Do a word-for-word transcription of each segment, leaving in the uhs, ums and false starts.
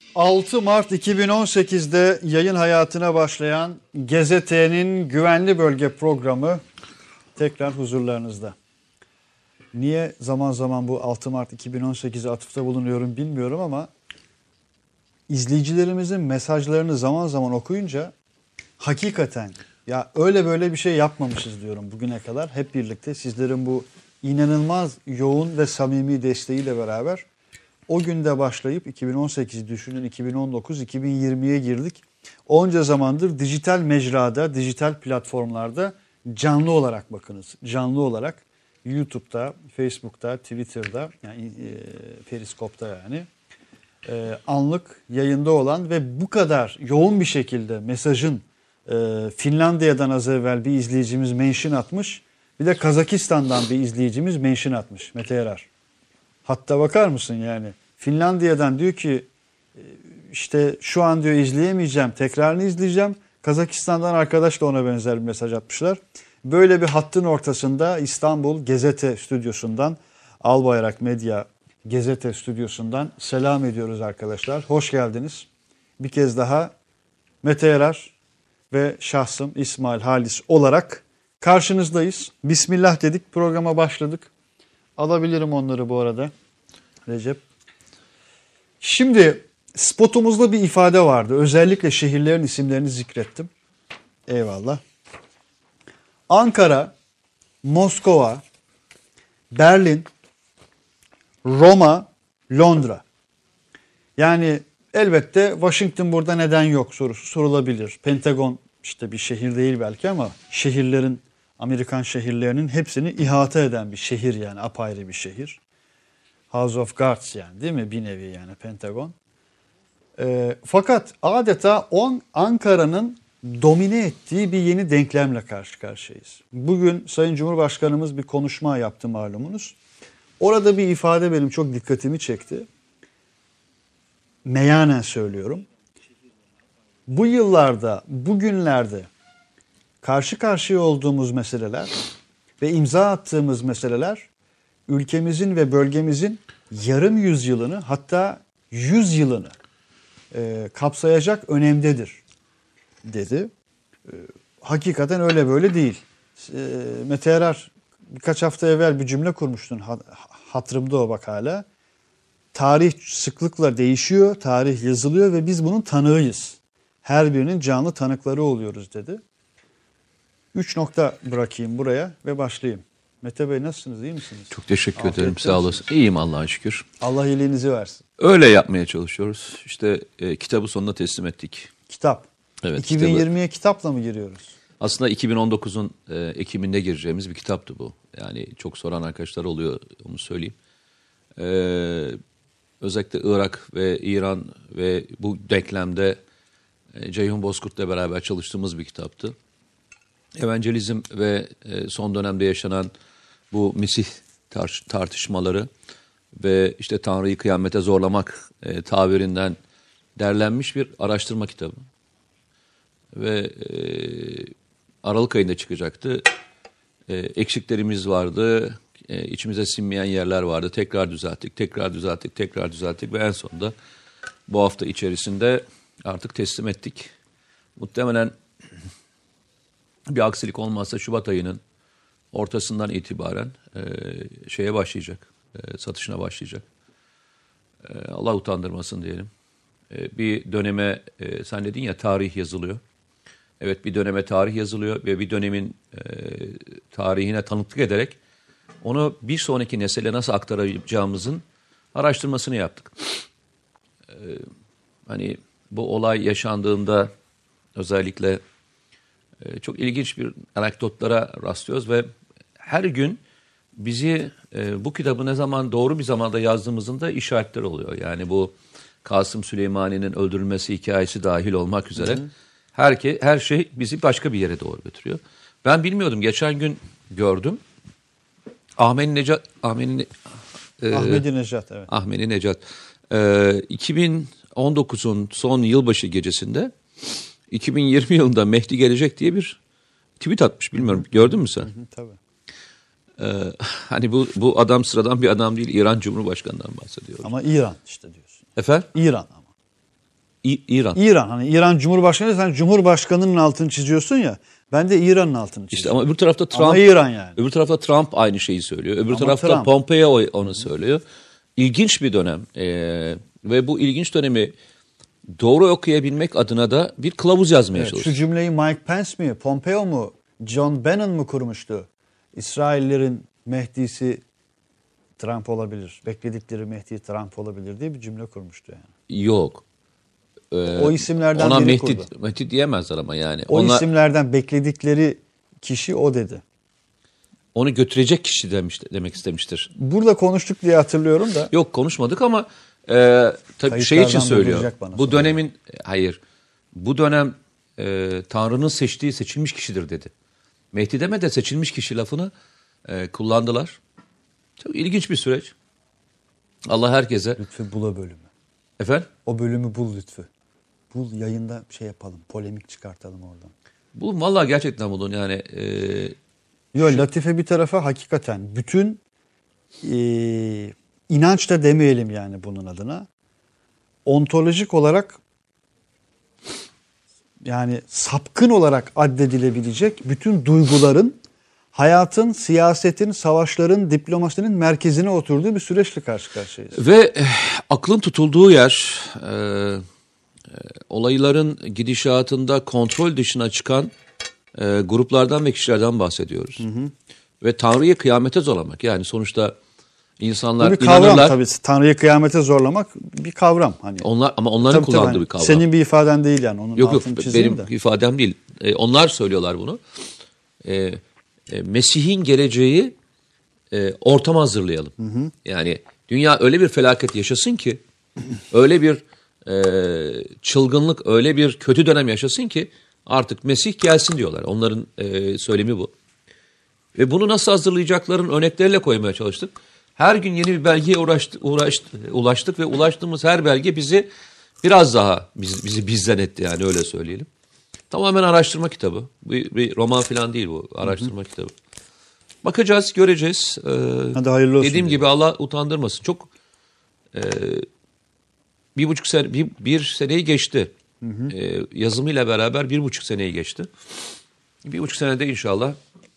altı Mart iki bin on sekiz'de yayın hayatına başlayan G Z T'nin Güvenli Bölge programı tekrar huzurlarınızda. Niye zaman zaman bu altı Mart iki bin on sekiz'e atıfta bulunuyorum bilmiyorum ama izleyicilerimizin mesajlarını zaman zaman okuyunca hakikaten ya öyle böyle bir şey yapmamışız diyorum bugüne kadar. Hep birlikte sizlerin bu inanılmaz yoğun ve samimi desteğiyle beraber o günde başlayıp iki bin on sekiz düşünün iki bin on dokuz iki bin yirmi'ye girdik. Onca zamandır dijital mecrada, dijital platformlarda canlı olarak bakınız. Canlı olarak YouTube'da, Facebook'ta, Twitter'da yani e, Periskop'ta yani e, anlık yayında olan ve bu kadar yoğun bir şekilde mesajın e, Finlandiya'dan az evvel bir izleyicimiz mention atmış. Bir de Kazakistan'dan bir izleyicimiz mention atmış. Mete Yarar. Hatta bakar mısın yani Finlandiya'dan diyor ki işte şu an diyor izleyemeyeceğim, tekrarını izleyeceğim. Kazakistan'dan arkadaş da ona benzer bir mesaj atmışlar. Böyle bir hattın ortasında İstanbul G Z T stüdyosundan, Albayrak Medya G Z T stüdyosundan selam ediyoruz arkadaşlar. Hoş geldiniz. Bir kez daha Mete Yarar ve şahsım İsmail Halis olarak karşınızdayız. Bismillah dedik, programa başladık. Alabilirim onları bu arada Recep. Şimdi spotumuzda bir ifade vardı. Özellikle şehirlerin isimlerini zikrettim. Eyvallah. Ankara, Moskova, Berlin, Roma, Londra. Yani elbette Washington burada neden yok sorusu sorulabilir. Pentagon işte bir şehir değil belki ama şehirlerin, Amerikan şehirlerinin hepsini ihata eden bir şehir yani apayrı bir şehir. House of Cards yani değil mi? Bir nevi yani Pentagon. E, fakat adeta on Ankara'nın domine ettiği bir yeni denklemle karşı karşıyayız. Bugün Sayın Cumhurbaşkanımız bir konuşma yaptı malumunuz. Orada bir ifade benim çok dikkatimi çekti. Meyanen söylüyorum. Bu yıllarda, bugünlerde karşı karşıya olduğumuz meseleler ve imza attığımız meseleler ülkemizin ve bölgemizin yarım yüzyılını hatta yüz yılını e, kapsayacak önemdedir dedi. E, hakikaten öyle böyle değil. E, Mete Yarar birkaç hafta evvel bir cümle kurmuştun. Hatırımda o bak hala. Tarih sıklıkla değişiyor, tarih yazılıyor ve biz bunun tanığıyız. Her birinin canlı tanıkları oluyoruz dedi. Üç nokta bırakayım buraya ve başlayayım. Mete Bey nasılsınız, iyi misiniz? Çok teşekkür Afiyet ederim, sağ olasın. İyiyim Allah'a şükür. Allah iyiliğinizi versin. Öyle yapmaya çalışıyoruz. İşte e, kitabı sonuna teslim ettik. Kitap. Evet, iki bin yirmi'ye kitabı... kitapla mı giriyoruz? Aslında iki bin on dokuz'un e, Ekim'inde gireceğimiz bir kitaptı bu. Yani çok soran arkadaşlar oluyor, onu söyleyeyim. E, özellikle Irak ve İran ve bu denklemde e, Ceyhun Bozkurt'la beraber çalıştığımız bir kitaptı. Evangelizm ve e, son dönemde yaşanan bu Mesih tar- tartışmaları ve işte Tanrı'yı kıyamete zorlamak e, tabirinden derlenmiş bir araştırma kitabı. Ve e, Aralık ayında çıkacaktı. E, eksiklerimiz vardı, e, içimize sinmeyen yerler vardı. Tekrar düzelttik, tekrar düzelttik, tekrar düzelttik ve en sonunda bu hafta içerisinde artık teslim ettik. Muhtemelen bir aksilik olmazsa Şubat ayının ortasından itibaren e, şeye başlayacak, e, satışına başlayacak. E, Allah utandırmasın diyelim. E, bir döneme, e, sen dedin ya tarih yazılıyor. Evet, bir döneme tarih yazılıyor ve bir dönemin e, tarihine tanıklık ederek onu bir sonraki nesile nasıl aktaracağımızın araştırmasını yaptık. E, hani bu olay yaşandığında özellikle e, çok ilginç bir anekdotlara rastlıyoruz ve her gün bizi e, bu kitabı ne zaman doğru bir zamanda yazdığımızın da işaretler oluyor. Yani bu Kasım Süleymani'nin öldürülmesi hikayesi dahil olmak üzere hı hı. Her, her şey bizi başka bir yere doğru götürüyor. Ben bilmiyordum. Geçen gün gördüm. Ahmedi Necat, Ahmedi, e, Ahmedi Necat, evet. Ahmedi Necat. E, iki bin on dokuz'un son yılbaşı gecesinde iki bin yirmi yılında Mehdi gelecek diye bir tweet atmış. Bilmiyorum. Gördün mü sen? Hı hı, tabii. Ee, hani bu bu adam sıradan bir adam değil. İran Cumhurbaşkanı'ndan bahsediyoruz. Ama İran işte diyorsun. Efendim? İran ama. İ- İran. İran. Hani İran Cumhurbaşkanı, sen Cumhurbaşkanının altını çiziyorsun ya. Ben de İran'ın altını çiziyorum. İşte ama öbür tarafta Trump. Ama İran yani. Öbür tarafta Trump aynı şeyi söylüyor. Öbür Ama tarafta Trump. Pompeo onu söylüyor. İlginç bir dönem. Ee, ve bu ilginç dönemi doğru okuyabilmek adına da bir kılavuz yazmaya Evet, şu çalışıyor. cümleyi Mike Pence mi, Pompeo mu, John Bannon mu kurmuştu? İsraillerin Mehdi'si Trump olabilir. Bekledikleri Mehdi Trump olabilir diye bir cümle kurmuştu yani. Yok. Ee, O isimlerden ona biri Mehdi, kurdu. Mehdi diyemezler ama yani. O Onlar, isimlerden bekledikleri kişi o dedi. onu götürecek kişi demiş, demek istemiştir. Burada konuştuk diye hatırlıyorum da. Yok konuşmadık ama e, tabii şey için Kayıtlardan söylüyor. bulunacak bana Bu sonra. dönemin hayır. Bu dönem e, Tanrı'nın seçtiği seçilmiş kişidir dedi. Mehdi deme de seçilmiş kişi lafını e, kullandılar. Çok ilginç bir süreç. Allah herkese Lütfü bul o bölümü. efendim O bölümü bul Lütfü. Bul, yayında şey yapalım. Polemik çıkartalım oradan. bu vallahi gerçekten bulun yani e, Yok, latife bir tarafa, hakikaten bütün e, inanç da demeyelim yani bunun adına. Ontolojik olarak, yani sapkın olarak addedilebilecek bütün duyguların hayatın, siyasetin, savaşların, diplomasinin merkezine oturduğu bir süreçle karşı karşıyayız. ve eh, aklın tutulduğu yer e, e, olayların gidişatında kontrol dışına çıkan e, gruplardan ve kişilerden bahsediyoruz. Hı hı. Ve Tanrı'yı kıyamete zorlamak. Yani sonuçta insanlar Bu bir kavram inanırlar. tabii. Tanrı'yı kıyamete zorlamak bir kavram. Hani Onlar ama onların tabii, tabii, kullandığı hani bir kavram. senin bir ifaden değil yani. Onun Yok yok altını çizeyim benim de. ifadem değil. E, onlar söylüyorlar bunu. E, e, Mesih'in geleceği e, ortama hazırlayalım. Hı hı. Yani dünya öyle bir felaket yaşasın ki, öyle bir e, çılgınlık, öyle bir kötü dönem yaşasın ki artık Mesih gelsin diyorlar. Onların e, söylemi bu. Ve bunu nasıl hazırlayacakların örnekleriyle koymaya çalıştık. Her gün yeni bir belgeye uğraştık, uğraştık, ulaştık ve ulaştığımız her belge bizi biraz daha bizi, bizi bizden etti yani öyle söyleyelim. Tamamen araştırma kitabı. Bir, bir roman falan değil bu. Araştırma hı hı. kitabı. Bakacağız, göreceğiz. Ee, Hadi hayırlı olsun. Dediğim diye. gibi Allah utandırmasın. Çok e, bir buçuk sene, bir, bir seneyi geçti. Hı hı. E, yazımıyla beraber bir buçuk seneyi geçti. Bir buçuk senede inşallah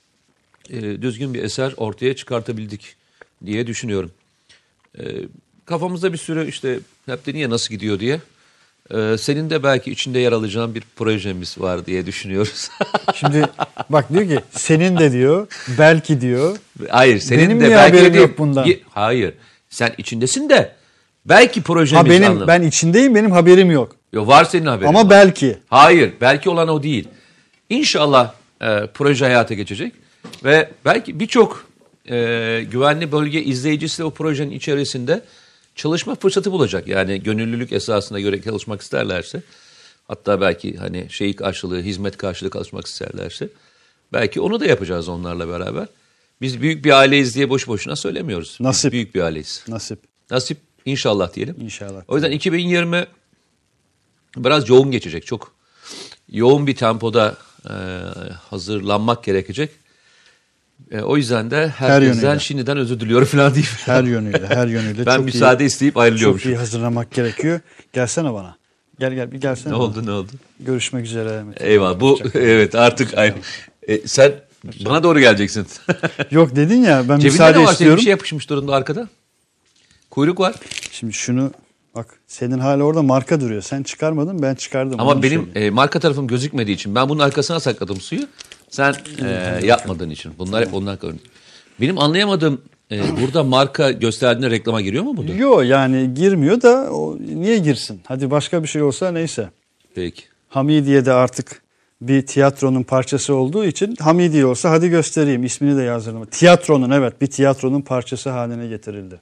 e, düzgün bir eser ortaya çıkartabildik diye düşünüyorum. E, kafamızda bir sürü işte hep de niye nasıl gidiyor diye. Ee, senin de belki içinde yer alacağın bir projemiz var diye düşünüyoruz. Şimdi bak diyor ki senin de diyor, belki diyor. Hayır, senin Benim de niye belki haberim de yok bundan? Ye- Hayır. Sen içindesin de belki projemiz Ha benim anlamı. ben içindeyim, benim haberim yok. Yo, var senin haberin. Ama var. belki. Hayır, belki olan o değil. İnşallah e, proje hayata geçecek ve belki birçok e, güvenli bölge izleyicisi de o projenin içerisinde çalışma fırsatı bulacak. Yani gönüllülük esasına göre çalışmak isterlerse, hatta belki hani şey karşılığı, hizmet karşılığı çalışmak isterlerse, belki onu da yapacağız onlarla beraber. Biz büyük bir aileyiz diye boş boşuna söylemiyoruz. Nasip. Biz büyük bir aileyiz. Nasip. Nasip inşallah diyelim. İnşallah. O yüzden iki bin yirmi biraz yoğun geçecek. Çok yoğun bir tempoda e, hazırlanmak gerekecek. E, o yüzden de herkesten yönüyle. şimdiden özür diliyorum falan deyip. Her yönüyle, her yönüyle. Ben çok müsaade iyi, isteyip Çok ayrılıyormuşum. iyi hazırlamak gerekiyor. Gelsene bana. Gel gel bir gelsene. Ne bana. oldu ne oldu? Görüşmek üzere. Metin. Eyvallah bu evet artık aynı. E, sen bana doğru geleceksin. Yok dedin ya, ben Cebinde müsaade ne var? Senin istiyorum. bir şey yapışmış durumda arkada. Kuyruk var. Şimdi şunu bak, senin hala orada marka duruyor. Sen çıkarmadın, ben çıkardım. Ama Onu benim söyleyeyim. e, marka tarafım gözükmediği için ben bunun arkasına sakladım suyu. Sen e, yapmadığın için. Bunlar hep ondan kalıyor. Benim anlayamadığım e, burada marka gösterdiğinde reklama giriyor mu bu da? Yok yani girmiyor da o niye girsin? Hadi başka bir şey olsa neyse. Peki. Hamidiye de artık bir tiyatronun parçası olduğu için Hamidiye olsa hadi göstereyim, ismini de yazdırdım. Tiyatronun, evet, bir tiyatronun parçası haline getirildi.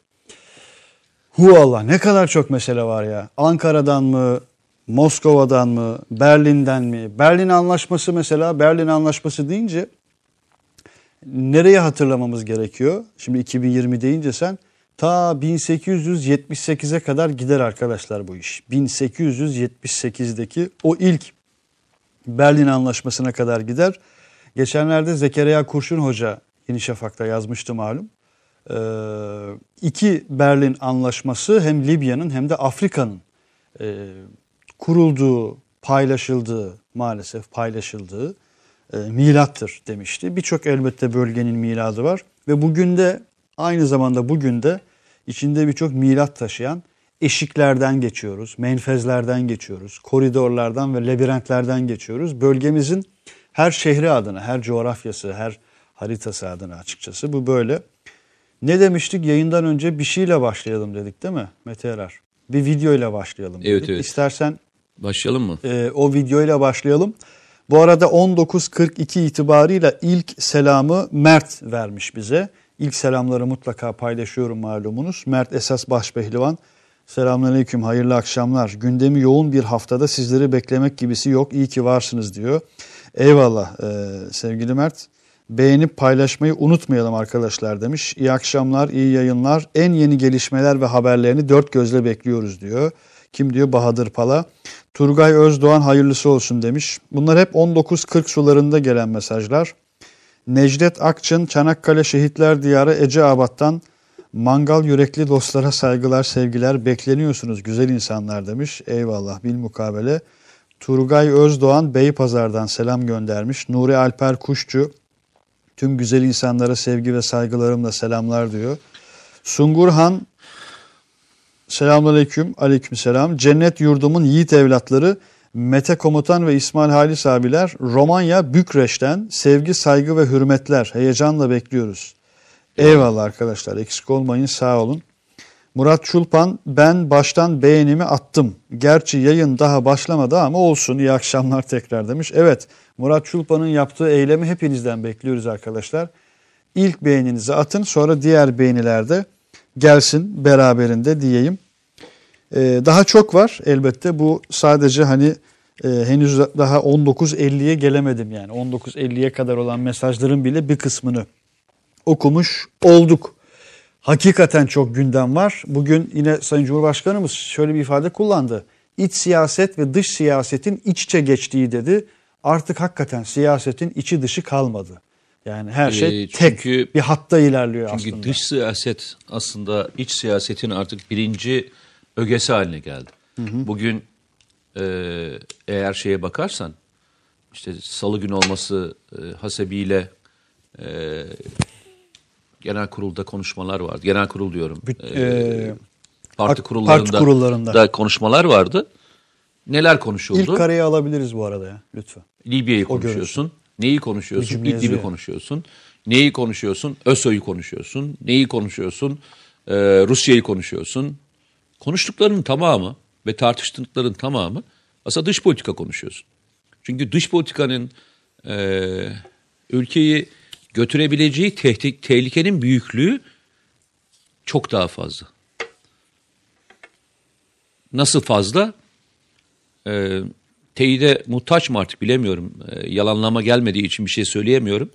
Hu Allah, ne kadar çok mesele var ya. Ankara'dan mı, Moskova'dan mı, Berlin'den mi? Berlin Anlaşması mesela, Berlin Anlaşması deyince nereye hatırlamamız gerekiyor? Şimdi iki bin yirmi deyince sen ta bin sekiz yüz yetmiş sekize kadar gider arkadaşlar bu iş. bin sekiz yüz yetmiş sekizdeki o ilk Berlin Anlaşması'na kadar gider. Geçenlerde Zekeriya Kurşun Hoca Yeni Şafak'ta yazmıştı malum. Ee, iki Berlin Anlaşması hem Libya'nın hem de Afrika'nın e, kurulduğu, paylaşıldığı, maalesef paylaşıldığı e, milattır demişti. Birçok elbette bölgenin miladı var ve bugün de aynı zamanda bugün de içinde birçok milat taşıyan eşiklerden geçiyoruz, menfezlerden geçiyoruz, koridorlardan ve labirentlerden geçiyoruz. Bölgemizin her şehri adına, her coğrafyası, her haritası adına açıkçası bu böyle. Ne demiştik? Yayından önce bir şeyle başlayalım dedik değil mi Mete Erer? Bir videoyla başlayalım dedik. Evet, evet. İstersen Başlayalım mı? e, o videoyla başlayalım. Bu arada on dokuz kırk iki itibarıyla ilk selamı Mert vermiş bize. İlk selamları mutlaka paylaşıyorum malumunuz. Mert Esas Başpehlivan. Selamünaleyküm, hayırlı akşamlar. Gündemi yoğun bir haftada sizleri beklemek gibisi yok. İyi ki varsınız diyor. Eyvallah e, sevgili Mert. Beğenip paylaşmayı unutmayalım arkadaşlar demiş. İyi akşamlar, iyi yayınlar. En yeni gelişmeler ve haberlerini dört gözle bekliyoruz diyor. Kim diyor? Bahadır Pala. Turgay Özdoğan hayırlısı olsun demiş. Bunlar hep on dokuz kırk sularında gelen mesajlar. Necdet Akçın, Çanakkale Şehitler Diyarı Eceabat'tan mangal yürekli dostlara saygılar, sevgiler, bekleniyorsunuz güzel insanlar demiş. Eyvallah bilmukabele. Turgay Özdoğan Beypazar'dan selam göndermiş. Nuri Alper Kuşçu, tüm güzel insanlara sevgi ve saygılarımla selamlar diyor. Sungurhan, selamünaleyküm, aleykümselam. Cennet yurdumun yiğit evlatları Mete Komutan ve İsmail Halis abiler Romanya Bükreş'ten sevgi, saygı ve hürmetler. Heyecanla bekliyoruz. Eyvallah arkadaşlar, eksik olmayın, sağ olun. Murat Çulpan, ben baştan beğenimi attım. Gerçi yayın daha başlamadı ama olsun, iyi akşamlar tekrar demiş. Evet, Murat Çulpan'ın yaptığı eylemi hepinizden bekliyoruz arkadaşlar. İlk beğeninizi atın, sonra diğer beğeniler de gelsin beraberinde diyeyim. Ee, daha çok var elbette, bu sadece hani e, henüz daha on dokuz elliye gelemedim yani. on dokuz elliye kadar olan mesajların bile bir kısmını okumuş olduk. Hakikaten çok gündem var. Bugün yine Sayın Cumhurbaşkanımız şöyle bir ifade kullandı. İç siyaset ve dış siyasetin iç içe geçtiği dedi. Artık hakikaten siyasetin içi dışı kalmadı. Yani her şey Ee, tek çünkü, bir hatta ilerliyor çünkü aslında. Çünkü dış siyaset aslında iç siyasetin artık birinci ögesi haline geldi. Hı hı. Bugün e, eğer şeye bakarsan işte salı günü olması e, hasebiyle e, genel kurulda konuşmalar vardı. Genel kurul diyorum. E, Ee, parti kurullarında, parti kurullarında da konuşmalar vardı. Neler konuşuldu? İlk kareyi alabiliriz bu arada ya lütfen. Libya'yı konuşuyorsun. Neyi konuşuyorsun? İdlib'i konuşuyorsun. Neyi konuşuyorsun? ÖSO'yu konuşuyorsun. Neyi konuşuyorsun? Ee, Rusya'yı konuşuyorsun. Konuştuklarının tamamı ve tartıştıkların tamamı aslında dış politika konuşuyorsun. Çünkü dış politikanın e, ülkeyi götürebileceği tehdit, tehlikenin büyüklüğü çok daha fazla. Nasıl fazla? E, teyide muhtaç mı artık bilemiyorum. E, yalanlama gelmediği için bir şey söyleyemiyorum.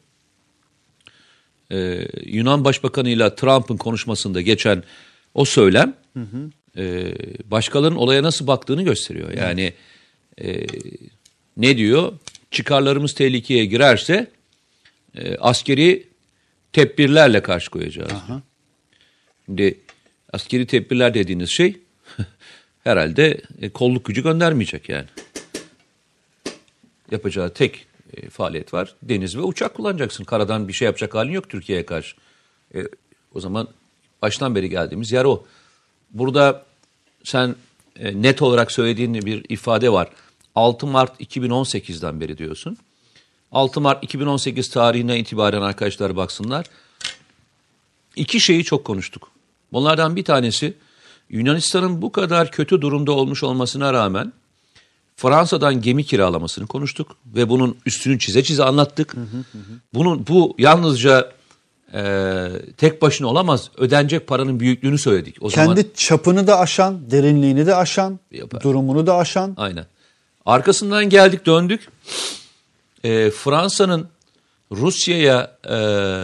E, Yunan Başbakanı ile Trump'ın konuşmasında geçen o söylem hı hı. E, başkalarının olaya nasıl baktığını gösteriyor. Yani e, ne diyor? Çıkarlarımız tehlikeye girerse e, askeri tedbirlerle karşı koyacağız. Aha. Şimdi askeri tedbirler dediğiniz şey herhalde e, kolluk gücü göndermeyecek yani. Yapacağı tek e, faaliyet var. Deniz ve uçak kullanacaksın. Karadan bir şey yapacak halin yok Türkiye'ye karşı. E, o zaman baştan beri geldiğimiz yer o. Burada sen e, net olarak söylediğin bir ifade var. altı Mart iki bin on sekizden beri diyorsun. altı Mart iki bin on sekiz tarihine itibaren arkadaşlar baksınlar. İki şeyi çok konuştuk. Bunlardan bir tanesi Yunanistan'ın bu kadar kötü durumda olmuş olmasına rağmen Fransa'dan gemi kiralamasını konuştuk ve bunun üstünü çize çize anlattık. Hı hı hı. Bunun bu yalnızca e, tek başına olamaz. Ödenecek paranın büyüklüğünü söyledik. O Kendi zaman, çapını da aşan, derinliğini de aşan, yapar. Durumunu da aşan. Aynen. Arkasından geldik döndük. E, Fransa'nın Rusya'ya e,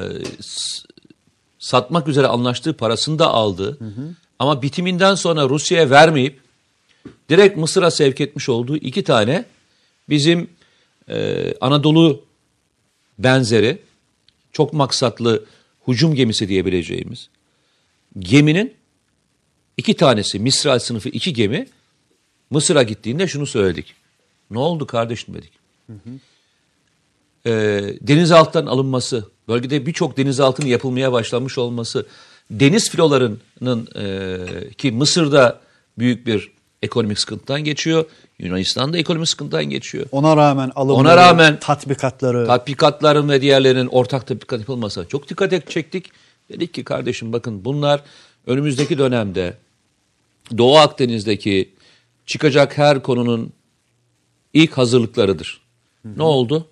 satmak üzere anlaştığı parasını da aldı. Hı hı. Ama bitiminden sonra Rusya'ya vermeyip direkt Mısır'a sevk etmiş olduğu iki tane bizim e, Anadolu benzeri çok maksatlı hücum gemisi diyebileceğimiz geminin iki tanesi Mistral sınıfı iki gemi Mısır'a gittiğinde şunu söyledik. Ne oldu kardeşim dedik. Hı hı. Ee, denizaltıdan alınması, bölgede birçok denizaltının yapılmaya başlanmış olması, deniz filolarının e, ki Mısır'da büyük bir ekonomik sıkıntıdan geçiyor. Yunanistan'da ekonomik sıkıntıdan geçiyor. Ona rağmen alımları, Ona rağmen tatbikatları, tatbikatların ve diğerlerinin ortak tatbikat yapılması çok dikkat çektik. Dedik ki kardeşim bakın bunlar önümüzdeki dönemde Doğu Akdeniz'deki çıkacak her konunun ilk hazırlıklarıdır. Hı hı. Ne oldu?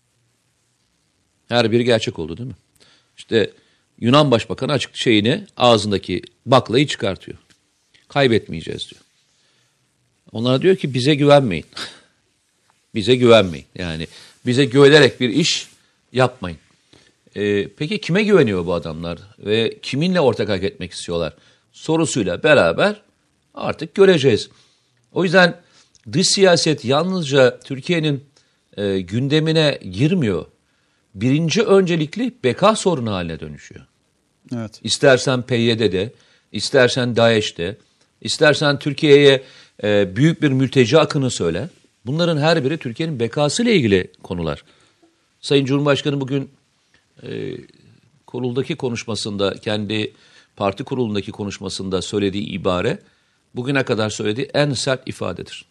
Her biri gerçek oldu değil mi? İşte Yunan Başbakanı açık şeyini ağzındaki baklayı çıkartıyor. Kaybetmeyeceğiz diyor. Onlara diyor ki bize güvenmeyin. Bize güvenmeyin. Yani bize güvenerek bir iş yapmayın. Ee, peki kime güveniyor bu adamlar? Ve kiminle ortak hareket etmek istiyorlar? Sorusuyla beraber artık göreceğiz. O yüzden dış siyaset yalnızca Türkiye'nin e, gündemine girmiyor. Birinci öncelikli beka sorunu haline dönüşüyor. Evet. İstersen P Y D'de, istersen DAEŞ'te, istersen Türkiye'ye e, büyük bir mülteci akını söyle. Bunların her biri Türkiye'nin bekasıyla ilgili konular. Sayın Cumhurbaşkanı bugün e, kuruldaki konuşmasında, kendi parti kurulundaki konuşmasında söylediği ibare, bugüne kadar söylediği en sert ifadedir.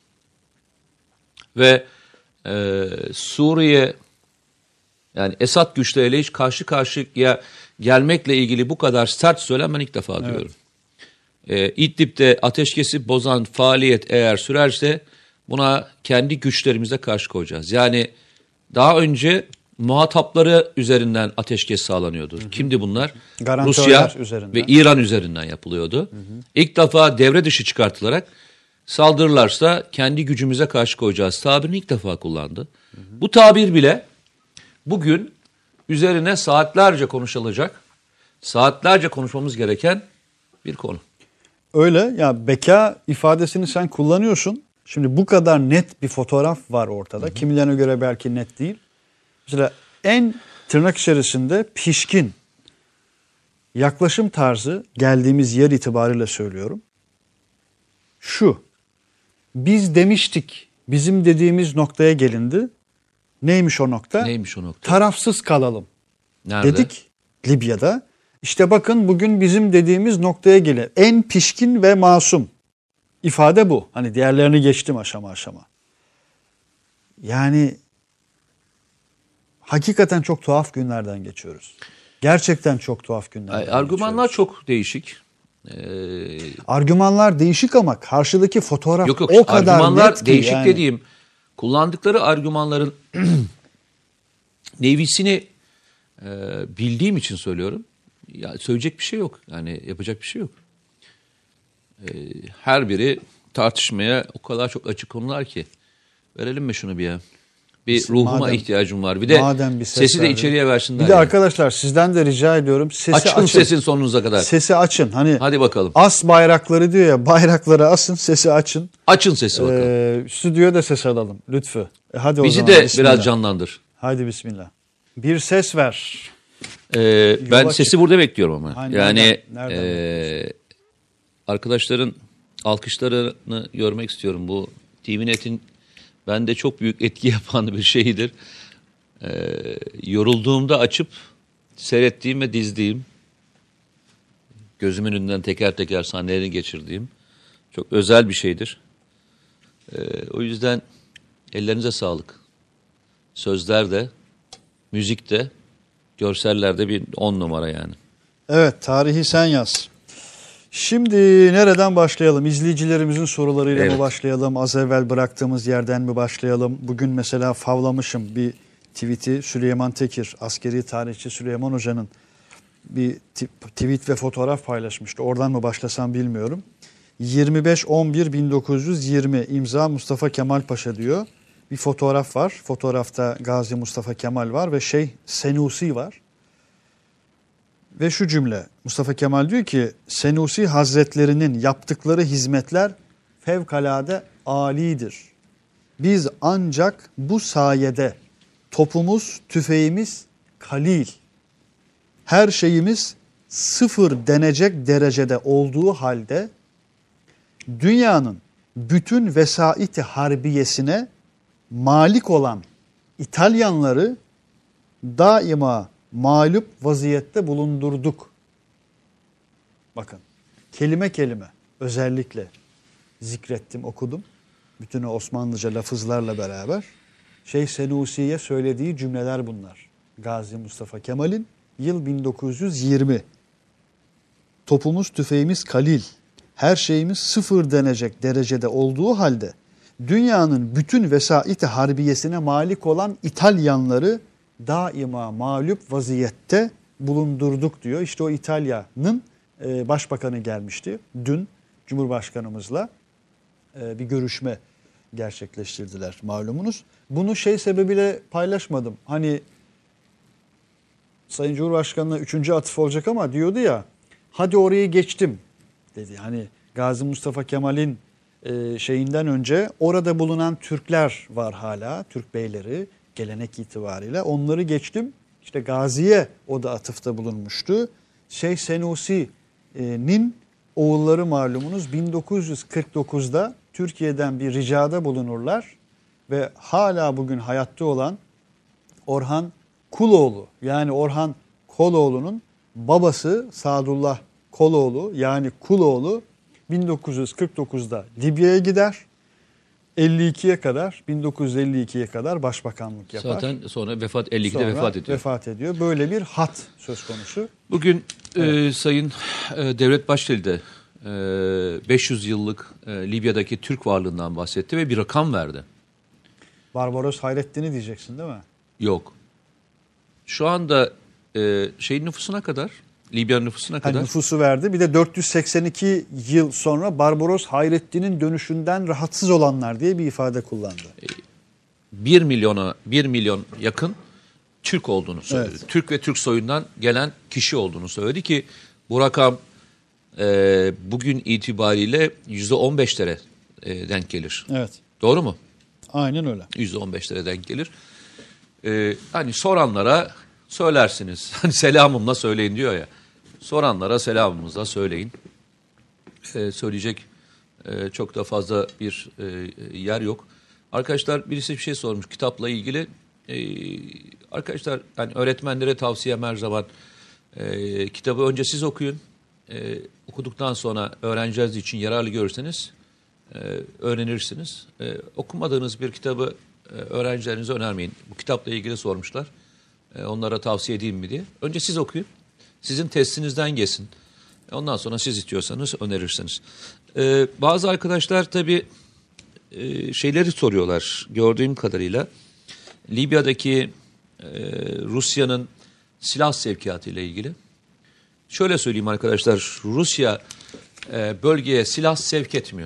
Ve e, Suriye, yani Esad güçleriyle hiç karşı karşıya gelmekle ilgili bu kadar sert söylem ben ilk defa evet. diyorum. E, İdlib'de ateşkesi bozan faaliyet eğer sürerse buna kendi güçlerimize karşı koyacağız. Yani daha önce muhatapları üzerinden ateşkes sağlanıyordu. Hı hı. Kimdi bunlar? Rusya üzerinden ve İran üzerinden yapılıyordu. Hı hı. İlk defa devre dışı çıkartılarak saldırırlarsa kendi gücümüze karşı koyacağız tabirini ilk defa kullandı. Hı hı. Bu tabir bile bugün üzerine saatlerce konuşulacak, saatlerce konuşmamız gereken bir konu. Öyle ya, beka ifadesini sen kullanıyorsun. Şimdi bu kadar net bir fotoğraf var ortada. Hı hı. Kimilerine göre belki net değil. Mesela en tırnak içerisinde pişkin yaklaşım tarzı, geldiğimiz yer itibariyle söylüyorum. Şu, biz demiştik, bizim dediğimiz noktaya gelindi. Neymiş o nokta? Neymiş o nokta? Tarafsız kalalım. Nerede? Dedik Libya'da. İşte bakın bugün bizim dediğimiz noktaya gelir. En pişkin ve masum ifade bu. Hani diğerlerini geçtim aşama aşama. Yani hakikaten çok tuhaf günlerden geçiyoruz. Gerçekten çok tuhaf günlerden Ay, argümanlar geçiyoruz. çok değişik. Ee... Argümanlar değişik ama karşıdaki fotoğraf yok, yok, o kadar argümanlar net ki değişik yani. Dediğim kullandıkları argümanların nevisini e, bildiğim için söylüyorum. Ya söyleyecek bir şey yok. Yani yapacak bir şey yok. Ee, her biri tartışmaya o kadar çok açık konular ki. Verelim mi şunu bir ya? Bir ruhuma madem, ihtiyacım var. Bir de bir ses sesi de içeriye versinler. Bir de yani. Arkadaşlar sizden de rica ediyorum. Sesi açın, açın sesin sonunuza kadar. Sesi açın. Hani hadi bakalım. As bayrakları diyor ya, bayrakları asın, sesi açın. Açın sesi bakalım. Ee, stüdyoya da ses alalım lütfü. E hadi o Bizi zaman, de bismillah. Biraz canlandır. Hadi bismillah. Bir ses ver. Ee, ben sesi çık. Burada bekliyorum ama. Hani yani nereden, nereden e, arkadaşların alkışlarını görmek istiyorum. Bu T V Net'in bende çok büyük etki yapan bir şeyidir. Ee, yorulduğumda açıp seyrettiğim ve dizdiğim, gözümün önünden teker teker sahnelerini geçirdiğim çok özel bir şeydir. Ee, o yüzden ellerinize sağlık. Sözler de, müzik de, görseller de bir on numara yani. Evet, tarihi sen yaz. Şimdi nereden başlayalım? İzleyicilerimizin sorularıyla evet. mı başlayalım? Az evvel bıraktığımız yerden mi başlayalım? Bugün mesela favlamışım bir tweet'i, Süleyman Tekir, askeri tarihçi Süleyman Hoca'nın bir tweet ve fotoğraf paylaşmıştı. Oradan mı başlasam bilmiyorum. yirmi beş on bir bin dokuz yüz yirmi imza Mustafa Kemal Paşa diyor. Bir fotoğraf var. Fotoğrafta Gazi Mustafa Kemal var ve Şeyh Senusi var. Ve şu cümle, Mustafa Kemal diyor ki, Senusi Hazretlerinin yaptıkları hizmetler fevkalade âlidir. Biz ancak bu sayede topumuz, tüfeğimiz kalil, her şeyimiz sıfır denecek derecede olduğu halde dünyanın bütün vesait-i harbiyesine malik olan İtalyanları daima mağlup vaziyette bulundurduk. Bakın, kelime kelime özellikle zikrettim, okudum. Bütün o Osmanlıca lafızlarla beraber. Şeyh Senusi'ye söylediği cümleler bunlar. Gazi Mustafa Kemal'in yıl bin dokuz yüz yirmi. Topumuz tüfeğimiz kalil, her şeyimiz sıfır denecek derecede olduğu halde dünyanın bütün vesait-i harbiyesine malik olan İtalyanları daima mağlup vaziyette bulundurduk diyor. İşte o İtalya'nın e, başbakanı gelmişti. Dün Cumhurbaşkanımızla e, bir görüşme gerçekleştirdiler malumunuz. Bunu şey sebebiyle paylaşmadım. Hani Sayın Cumhurbaşkanı'na üçüncü atıf olacak ama diyordu ya, hadi orayı geçtim dedi. Hani Gazi Mustafa Kemal'in e, şeyinden önce orada bulunan Türkler var hala, Türk beyleri gelenek itibariyle. Onları geçtim. İşte Gazi'ye o da atıfta bulunmuştu. Şeyh Senusi'nin oğulları malumunuz bin dokuz yüz kırk dokuzda Türkiye'den bir ricada bulunurlar ve hala bugün hayatta olan Orhan Kuloğlu, yani Orhan Koloğlu'nun babası Sadullah Koloğlu, yani Kuloğlu bin dokuz yüz kırk dokuzda Libya'ya gider. elli ikiye kadar, bin dokuz yüz elli ikiye kadar başbakanlık yapar. Zaten sonra vefat elli ikide Sonra vefat ediyor. vefat ediyor. Böyle bir hat söz konusu. Bugün Evet. e, Sayın e, Devlet Bahçeli de e, beş yüz yıllık e, Libya'daki Türk varlığından bahsetti ve bir rakam verdi. Barbaros Hayrettin'i diyeceksin değil mi? Yok. Şu anda e, şeyin nüfusuna kadar, Libya nüfusuna Hani kadar nüfusu verdi. Bir de dört yüz seksen iki yıl sonra Barbaros Hayrettin'in dönüşünden rahatsız olanlar diye bir ifade kullandı. bir milyona bir milyon yakın Türk olduğunu söyledi. Evet. Türk ve Türk soyundan gelen kişi olduğunu söyledi ki bu rakam e, bugün itibariyle yüzde on beşlere e, denk gelir. Evet. Doğru mu? Aynen öyle. yüzde on beşlere denk gelir. E, hani soranlara söylersiniz. Hani selamımla söyleyin diyor ya. Soranlara selamımızla söyleyin. E, söyleyecek e, çok da fazla bir e, yer yok. Arkadaşlar birisi bir şey sormuş kitapla ilgili. E, arkadaşlar yani öğretmenlere tavsiyem her zaman e, kitabı önce siz okuyun. E, okuduktan sonra öğrencileriniz için yararlı görürseniz e, öğrenirsiniz. E, okumadığınız bir kitabı e, öğrencilerinize önermeyin. Bu kitapla ilgili sormuşlar. E, onlara tavsiye edeyim mi diye. Önce siz okuyun. Sizin testinizden geçsin. Ondan sonra siz istiyorsanız önerirsiniz. E, bazı arkadaşlar tabii e, şeyleri soruyorlar gördüğüm kadarıyla. Libya'daki e, Rusya'nın silah sevkiyatı ile ilgili. Şöyle söyleyeyim arkadaşlar, Rusya e, bölgeye silah sevk etmiyor.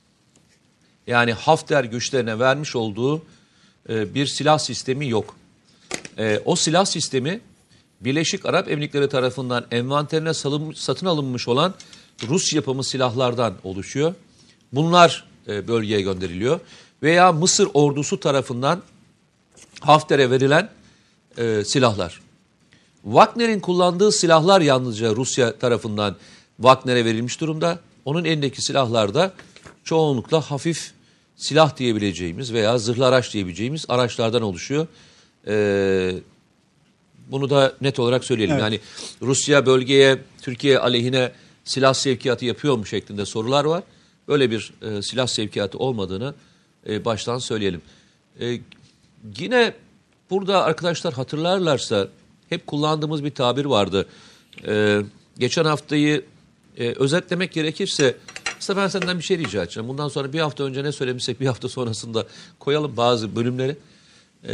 Yani Hafter güçlerine vermiş olduğu e, bir silah sistemi yok. E, o silah sistemi Birleşik Arap Emirlikleri tarafından envanterine salın, satın alınmış olan Rus yapımı silahlardan oluşuyor. Bunlar e, bölgeye gönderiliyor. Veya Mısır ordusu tarafından Hafter'e verilen e, silahlar. Wagner'in kullandığı silahlar yalnızca Rusya tarafından Wagner'e verilmiş durumda. Onun elindeki silahlar da çoğunlukla hafif silah diyebileceğimiz veya zırhlı araç diyebileceğimiz araçlardan oluşuyor. Ee, bunu da net olarak söyleyelim. Evet. Yani Rusya bölgeye, Türkiye aleyhine silah sevkiyatı yapıyor mu şeklinde sorular var. Böyle bir e, silah sevkiyatı olmadığını e, baştan söyleyelim. E, yine burada arkadaşlar hatırlarlarsa hep kullandığımız bir tabir vardı. Ee, geçen haftayı e, özetlemek gerekirse aslında ben senden bir şey rica edeceğim. Bundan sonra bir hafta önce ne söylemişsek bir hafta sonrasında koyalım bazı bölümleri. Ee,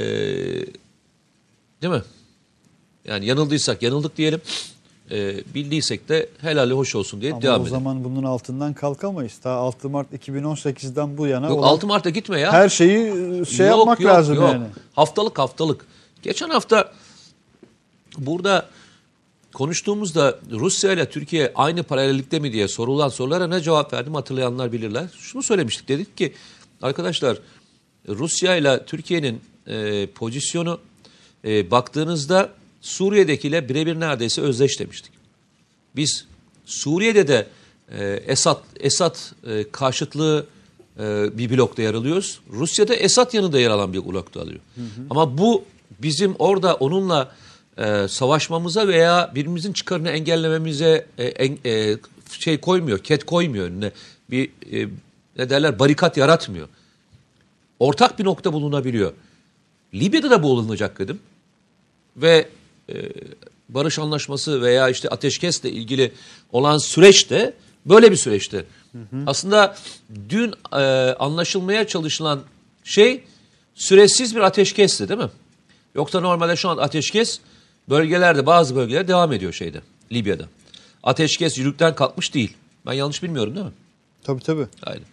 değil mi? Yani yanıldıysak yanıldık diyelim. Ee, bildiysek de helali hoş olsun diye Ama devam o edelim. zaman bunun altından kalkamayız. Ta altı Mart iki bin on sekizden bu yana Yok olan altı Mart'a gitme ya. her şeyi şey Yok, yapmak yok, lazım yok. yani. Haftalık haftalık. Geçen hafta burada konuştuğumuzda Rusya ile Türkiye aynı paralellikte mi diye sorulan sorulara ne cevap verdim hatırlayanlar bilirler. Şunu söylemiştik, dedik ki arkadaşlar Rusya ile Türkiye'nin e, pozisyonu e, baktığınızda Suriye'dekiyle birebir neredeyse özdeş demiştik. Biz Suriye'de de e, Esad, Esad e, karşıtlığı e, bir blokta yer alıyoruz. Rusya da Esad yanında yer alan bir blokta alıyor. Hı hı. Ama bu bizim orada onunla e, savaşmamıza veya birimizin çıkarını engellememize e, en, e, şey koymuyor, ket koymuyor önüne. Bir e, ne derler, barikat yaratmıyor. Ortak bir nokta bulunabiliyor. Libya'da da bu olunacak dedim. Ve e, barış anlaşması veya işte ateşkesle ilgili olan süreç de böyle bir süreçti. Hı hı. Aslında dün e, anlaşılmaya çalışılan şey süresiz bir ateşkesti, değil mi? Yoksa normalde şu an ateşkes bölgelerde, bazı bölgelerde devam ediyor şeyde, Libya'da. Ateşkes yürürlükten kalkmış değil. Ben yanlış bilmiyorum değil mi? Tabii tabii. Aynen.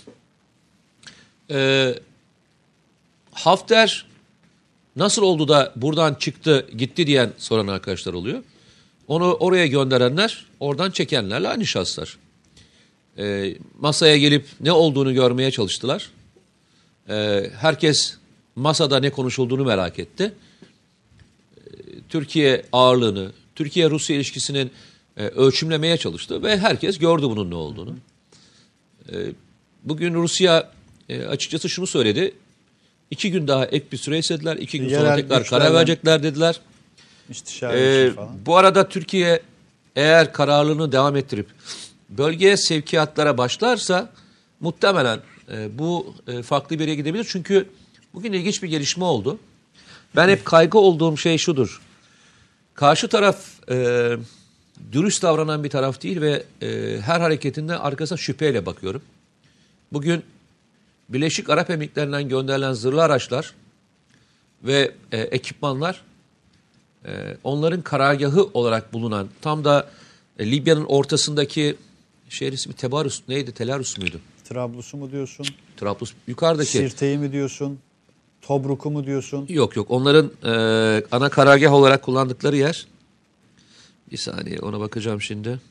Ee, Hafter nasıl oldu da buradan çıktı gitti diyen soran arkadaşlar oluyor. Onu oraya gönderenler, oradan çekenlerle aynı şahıslar. Ee, masaya gelip ne olduğunu görmeye çalıştılar. Ee, herkes masada ne konuşulduğunu merak etti. Ee, Türkiye ağırlığını, Türkiye-Rusya ilişkisinin e, ölçümlemeye çalıştı ve herkes gördü bunun ne olduğunu. Ee, bugün Rusya e, açıkçası şunu söyledi. İki gün daha ek bir süre istediler. İki gün Yerel sonra tekrar güçlerden karar verecekler dediler. İstişare Ee, için falan. bu arada Türkiye eğer kararlılığını devam ettirip bölgeye sevkiyatlara başlarsa muhtemelen e, bu e, farklı bir yere gidebilir. Çünkü bugün ilginç bir gelişme oldu. Ben hep kaygı olduğum şey şudur. Karşı taraf e, dürüst davranan bir taraf değil ve e, her hareketinde arkasına şüpheyle bakıyorum. Bugün Birleşik Arap Emirlikleri'nden gönderilen zırhlı araçlar ve e, ekipmanlar e, onların karargahı olarak bulunan tam da e, Libya'nın ortasındaki şehir ismi Tebarus neydi? Telarus muydu? Trablus'u mu diyorsun? Trablus yukarıdaki. Sirte'yi mi diyorsun? Tobruk'u mu diyorsun? Yok yok onların e, ana karargah olarak kullandıkları yer. Bir saniye ona bakacağım şimdi.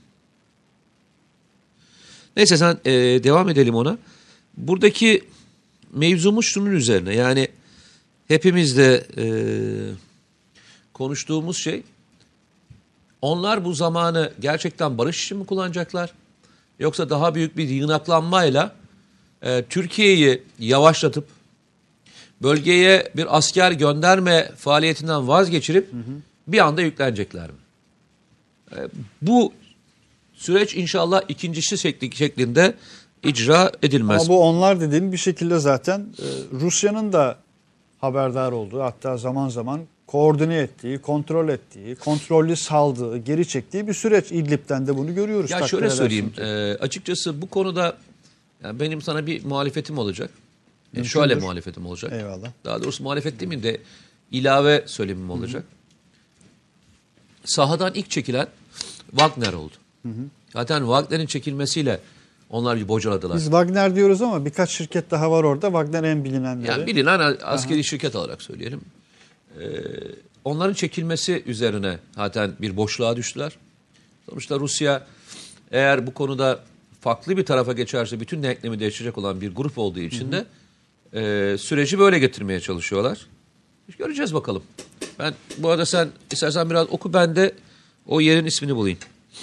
Neyse sen e, devam edelim ona. Buradaki mevzumuz şunun üzerine, yani hepimiz de e, konuştuğumuz şey, onlar bu zamanı gerçekten barış için mi kullanacaklar? Yoksa daha büyük bir yığınaklanmayla e, Türkiye'yi yavaşlatıp bölgeye bir asker gönderme faaliyetinden vazgeçirip hı hı. bir anda yüklenecekler mi? E, bu süreç inşallah ikincisi şeklinde icra edilmez. Ama bu onlar dediğim bir şekilde zaten e, Rusya'nın da haberdar olduğu, hatta zaman zaman koordine ettiği, kontrol ettiği, kontrollü saldığı, geri çektiği bir süreç. İdlib'den de bunu görüyoruz. Ya şöyle söyleyeyim, e, açıkçası bu konuda yani benim sana bir muhalefetim olacak. E, şöyle muhalefetim olacak. Eyvallah. Daha doğrusu muhalefet değil mi de ilave söylemim olacak. Hı-hı. Sahadan ilk çekilen Wagner oldu. Hı-hı. Zaten Wagner'in çekilmesiyle onlar bir bocaladılar. Biz Wagner diyoruz ama birkaç şirket daha var orada. Wagner en bilinenleri. Yani bilinen askeri Aha. şirket olarak söyleyelim. Ee, onların çekilmesi üzerine zaten bir boşluğa düştüler. Sonuçta Rusya eğer bu konuda farklı bir tarafa geçerse bütün denklemi değiştirecek olan bir grup olduğu için de e, süreci böyle getirmeye çalışıyorlar. Göreceğiz bakalım. Ben bu arada sen istersen biraz oku, ben de o yerin ismini bulayım.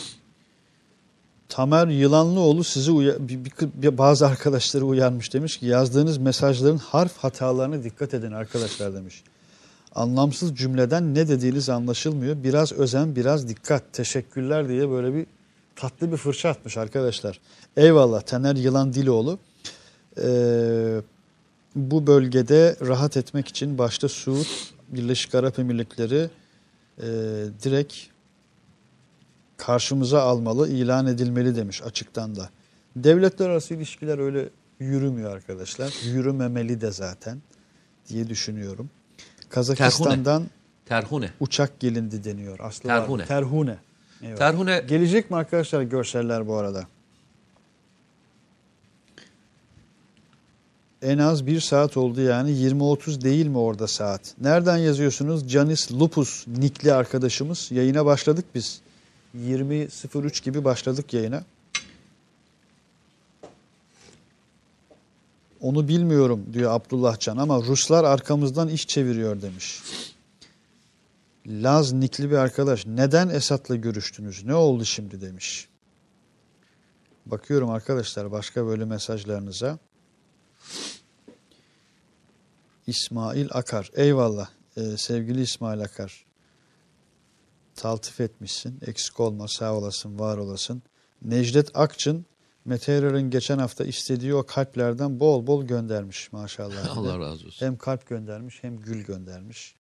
Tamer Yılanlıoğlu sizi uya- bir, bir, bir, bazı arkadaşları uyarmış, demiş ki yazdığınız mesajların harf hatalarına dikkat edin arkadaşlar demiş. Anlamsız cümleden ne dediğiniz anlaşılmıyor. Biraz özen, biraz dikkat. Teşekkürler diye böyle bir tatlı bir fırça atmış arkadaşlar. Eyvallah Taner Yılan Diloğlu. Ee, bu bölgede rahat etmek için başta Suud, Birleşik Arap Emirlikleri e, direkt karşımıza almalı, ilan edilmeli demiş açıktan da. Devletler arası ilişkiler öyle yürümüyor arkadaşlar. Yürümemeli de zaten diye düşünüyorum. Kazakistan'dan Terhune. uçak gelindi deniyor. Aslı Terhune. var. Terhune. Evet. Terhune. Gelecek mi arkadaşlar görseller bu arada? En az bir saat oldu yani. yirmi otuz değil mi orada saat? Nereden yazıyorsunuz? Canis Lupus nickli arkadaşımız. Yayına başladık biz. yirmi sıfır üç gibi başladık yayına. Onu bilmiyorum diyor Abdullah Can ama Ruslar arkamızdan iş çeviriyor demiş. Laz nikli bir arkadaş. Neden Esad'la görüştünüz? Ne oldu şimdi demiş. Bakıyorum arkadaşlar başka böyle mesajlarınıza. İsmail Akar. Eyvallah. Ee, sevgili İsmail Akar. Taltif etmişsin. Eksik olma. Sağ olasın. Var olasın. Necdet Akçın Meteor'un geçen hafta istediği o kalplerden bol bol göndermiş maşallah. Allah razı olsun. Hem kalp göndermiş hem gül göndermiş.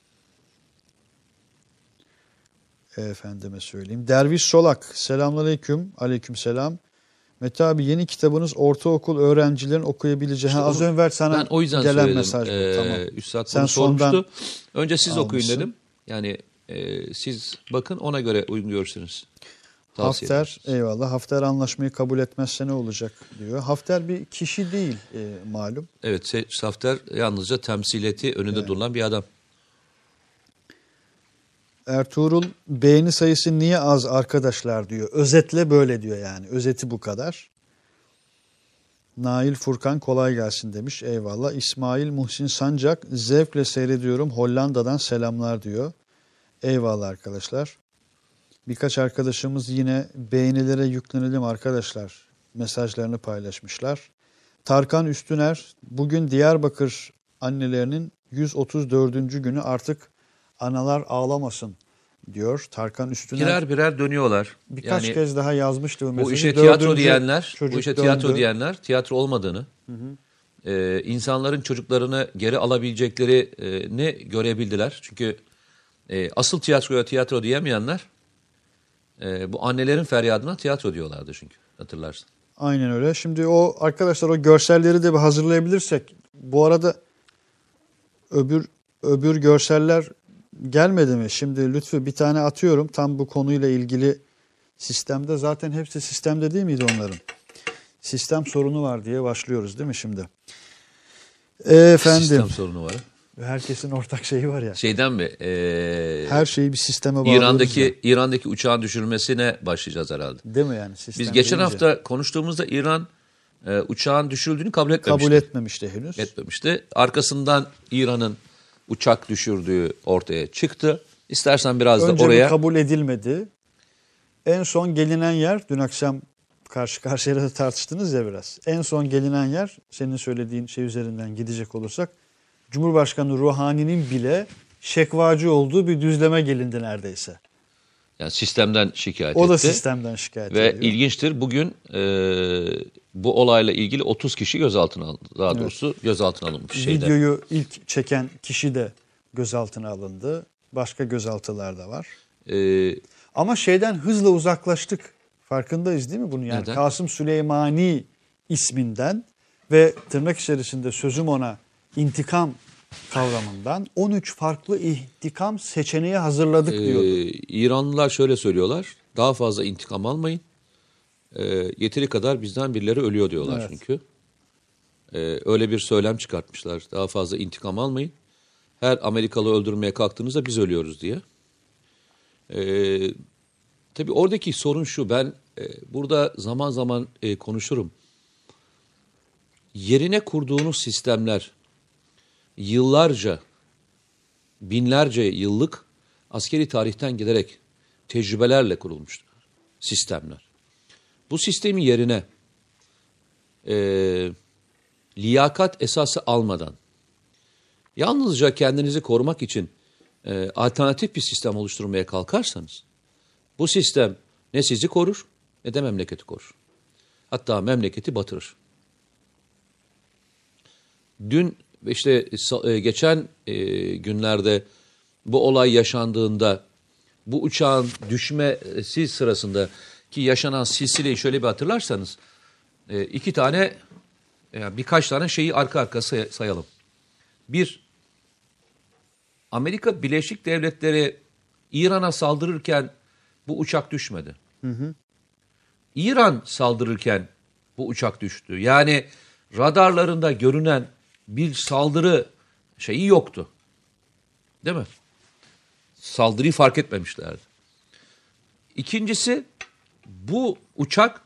Efendime söyleyeyim. Derviş Solak. Selamünaleyküm. Aleykümselam. Mete abi yeni kitabınız ortaokul öğrencilerin okuyabileceği. İşte ha, az onu, önce sana ben o yüzden gelen söyledim. mesaj bu. Ee, Tamam. Üstad Sen bunu sondan sormuştu. Önce siz almışsın. okuyun dedim. Yani e, siz bakın ona göre uygun görürsünüz. Tavsiye Hafter ederim. eyvallah. Hafter anlaşmayı kabul etmezse ne olacak diyor. Hafter bir kişi değil e, malum. Evet, Hafter yalnızca temsiliyeti önünde Evet. durulan bir adam. Ertuğrul beğeni sayısı niye az arkadaşlar diyor. Özetle böyle diyor yani. Özeti bu kadar. Nail Furkan kolay gelsin demiş. Eyvallah. İsmail Muhsin Sancak zevkle seyrediyorum. Hollanda'dan selamlar diyor. Eyvallah arkadaşlar. Birkaç arkadaşımız yine beğenilere yüklenelim arkadaşlar mesajlarını paylaşmışlar. Tarkan Üstüner bugün Diyarbakır annelerinin yüz otuz dördüncü günü artık analar ağlamasın diyor. Tarkan Üstüner Birer birer dönüyorlar. birkaç Yani kez daha yazmıştı bu mesajı. bu işe tiyatro Dördüncü diyenler, çocuk bu işe döndü. tiyatro diyenler tiyatro olmadığını, hı hı. E, insanların çocuklarını geri alabileceklerini görebildiler. Çünkü e, asıl tiyatroya tiyatro diyemeyenler e, bu annelerin feryadına tiyatro diyorlardı çünkü hatırlarsın. Aynen öyle. Şimdi o arkadaşlar o görselleri de bir hazırlayabilirsek. Bu arada öbür öbür görseller gelmedi mi? Şimdi Lütfü bir tane atıyorum. Tam bu konuyla ilgili sistemde zaten hepsi sistemde değil miydi onların? Sistem sorunu var diye başlıyoruz değil mi şimdi? Efendim. Sistem sorunu var. Herkesin ortak şeyi var ya. Şeyden mi? E, Her şeyi bir sisteme bağlıyoruz İran'daki ya. İran'daki uçağın düşürülmesine başlayacağız herhalde. Değil mi yani? Sistem Biz geçen deyince. hafta konuştuğumuzda İran e, uçağın düşürüldüğünü kabul etmemişti. kabul etmemişti henüz. etmemişti. Arkasından İran'ın uçak düşürdüğü ortaya çıktı. İstersen biraz Önce da oraya... bu kabul edilmedi. En son gelinen yer, dün akşam karşı karşıya da tartıştınız ya biraz. En son gelinen yer, senin söylediğin şey üzerinden gidecek olursak, Cumhurbaşkanı Ruhani'nin bile şekvacı olduğu bir düzleme gelindi neredeyse. Yani sistemden şikayet O da etti. sistemden şikayet Ve ediyor. ilginçtir, bugün e, bu olayla ilgili otuz kişi gözaltına alındı. Daha doğrusu evet. gözaltına alınmış. Şeyde. Videoyu ilk çeken kişi de gözaltına alındı. Başka gözaltılar da var. Ee, Ama şeyden hızla uzaklaştık. Farkındayız değil mi bunu? Yani neden? Kasım Süleymani isminden ve tırnak içerisinde sözüm ona intikam kavramından on üç farklı intikam seçeneği hazırladık diyordu. Ee, İranlılar şöyle söylüyorlar. Daha fazla intikam almayın. Ee, yeteri kadar bizden birileri ölüyor diyorlar Evet. çünkü. Ee, öyle bir söylem çıkartmışlar. Daha fazla intikam almayın. Her Amerikalı öldürmeye kalktığınızda biz ölüyoruz diye. Ee, tabii oradaki sorun şu. Ben e, burada zaman zaman e, konuşurum. Yerine kurduğunuz sistemler yıllarca, binlerce yıllık askeri tarihten giderek tecrübelerle kurulmuştur sistemler. Bu sistemin yerine e, liyakat esası almadan, yalnızca kendinizi korumak için e, alternatif bir sistem oluşturmaya kalkarsanız, bu sistem ne sizi korur ne de memleketi korur. Hatta memleketi batırır. Dün işte geçen günlerde bu olay yaşandığında, bu uçağın düşmesi sırasında ki yaşanan silsileyi şöyle bir hatırlarsanız, iki tane, yani birkaç tane şeyi arka arka sayalım. Bir, Amerika Birleşik Devletleri İran'a saldırırken bu uçak düşmedi. Hı hı. İran saldırırken bu uçak düştü. Yani radarlarında görünen bir saldırı şeyi yoktu. Değil mi? Saldırıyı fark etmemişlerdi. İkincisi, bu uçak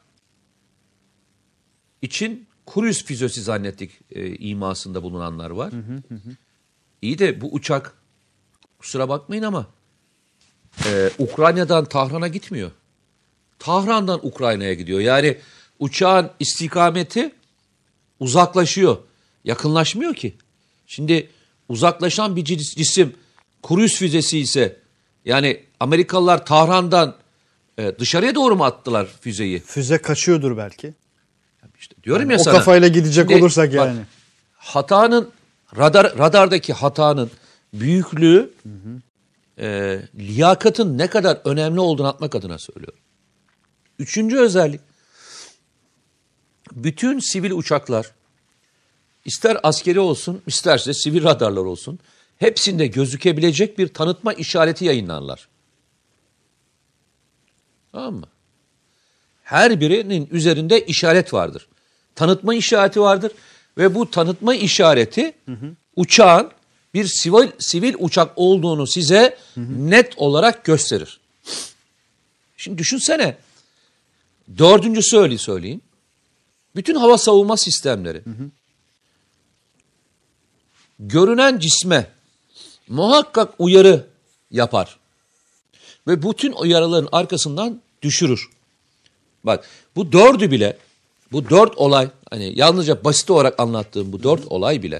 için kruz füzesi zannettik e, imasında bulunanlar var. Hı hı hı. İyi de bu uçak, kusura bakmayın ama e, Ukrayna'dan Tahran'a gitmiyor. Tahran'dan Ukrayna'ya gidiyor. Yani uçağın istikameti uzaklaşıyor. Yakınlaşmıyor ki. Şimdi uzaklaşan bir cis- cisim kruz füzesi ise yani Amerikalılar Tahran'dan e, dışarıya doğru mu attılar füzeyi? Füze kaçıyordur belki. İşte diyorum Yani ya o sana. kafayla gidecek Şimdi olursak bak, yani. hatanın radar radardaki hatanın büyüklüğü hı hı. E, liyakatın ne kadar önemli olduğunu atmak adına söylüyorum. Üçüncü özellik, bütün sivil uçaklar, ister askeri olsun isterse sivil radarlar olsun, hepsinde gözükebilecek bir tanıtma işareti yayınlarlar. Tamam mı? Her birinin üzerinde işaret vardır. Tanıtma işareti vardır ve bu tanıtma işareti hı hı. uçağın bir sivil, sivil uçak olduğunu size hı hı. net olarak gösterir. Şimdi düşünsene, dördüncü söyle söyleyeyim. Bütün hava savunma sistemleri hı hı. görünen cisme muhakkak uyarı yapar. Ve bütün uyarıların arkasından düşürür. Bak bu dördü bile, bu dört olay, hani yalnızca basit olarak anlattığım bu dört olay bile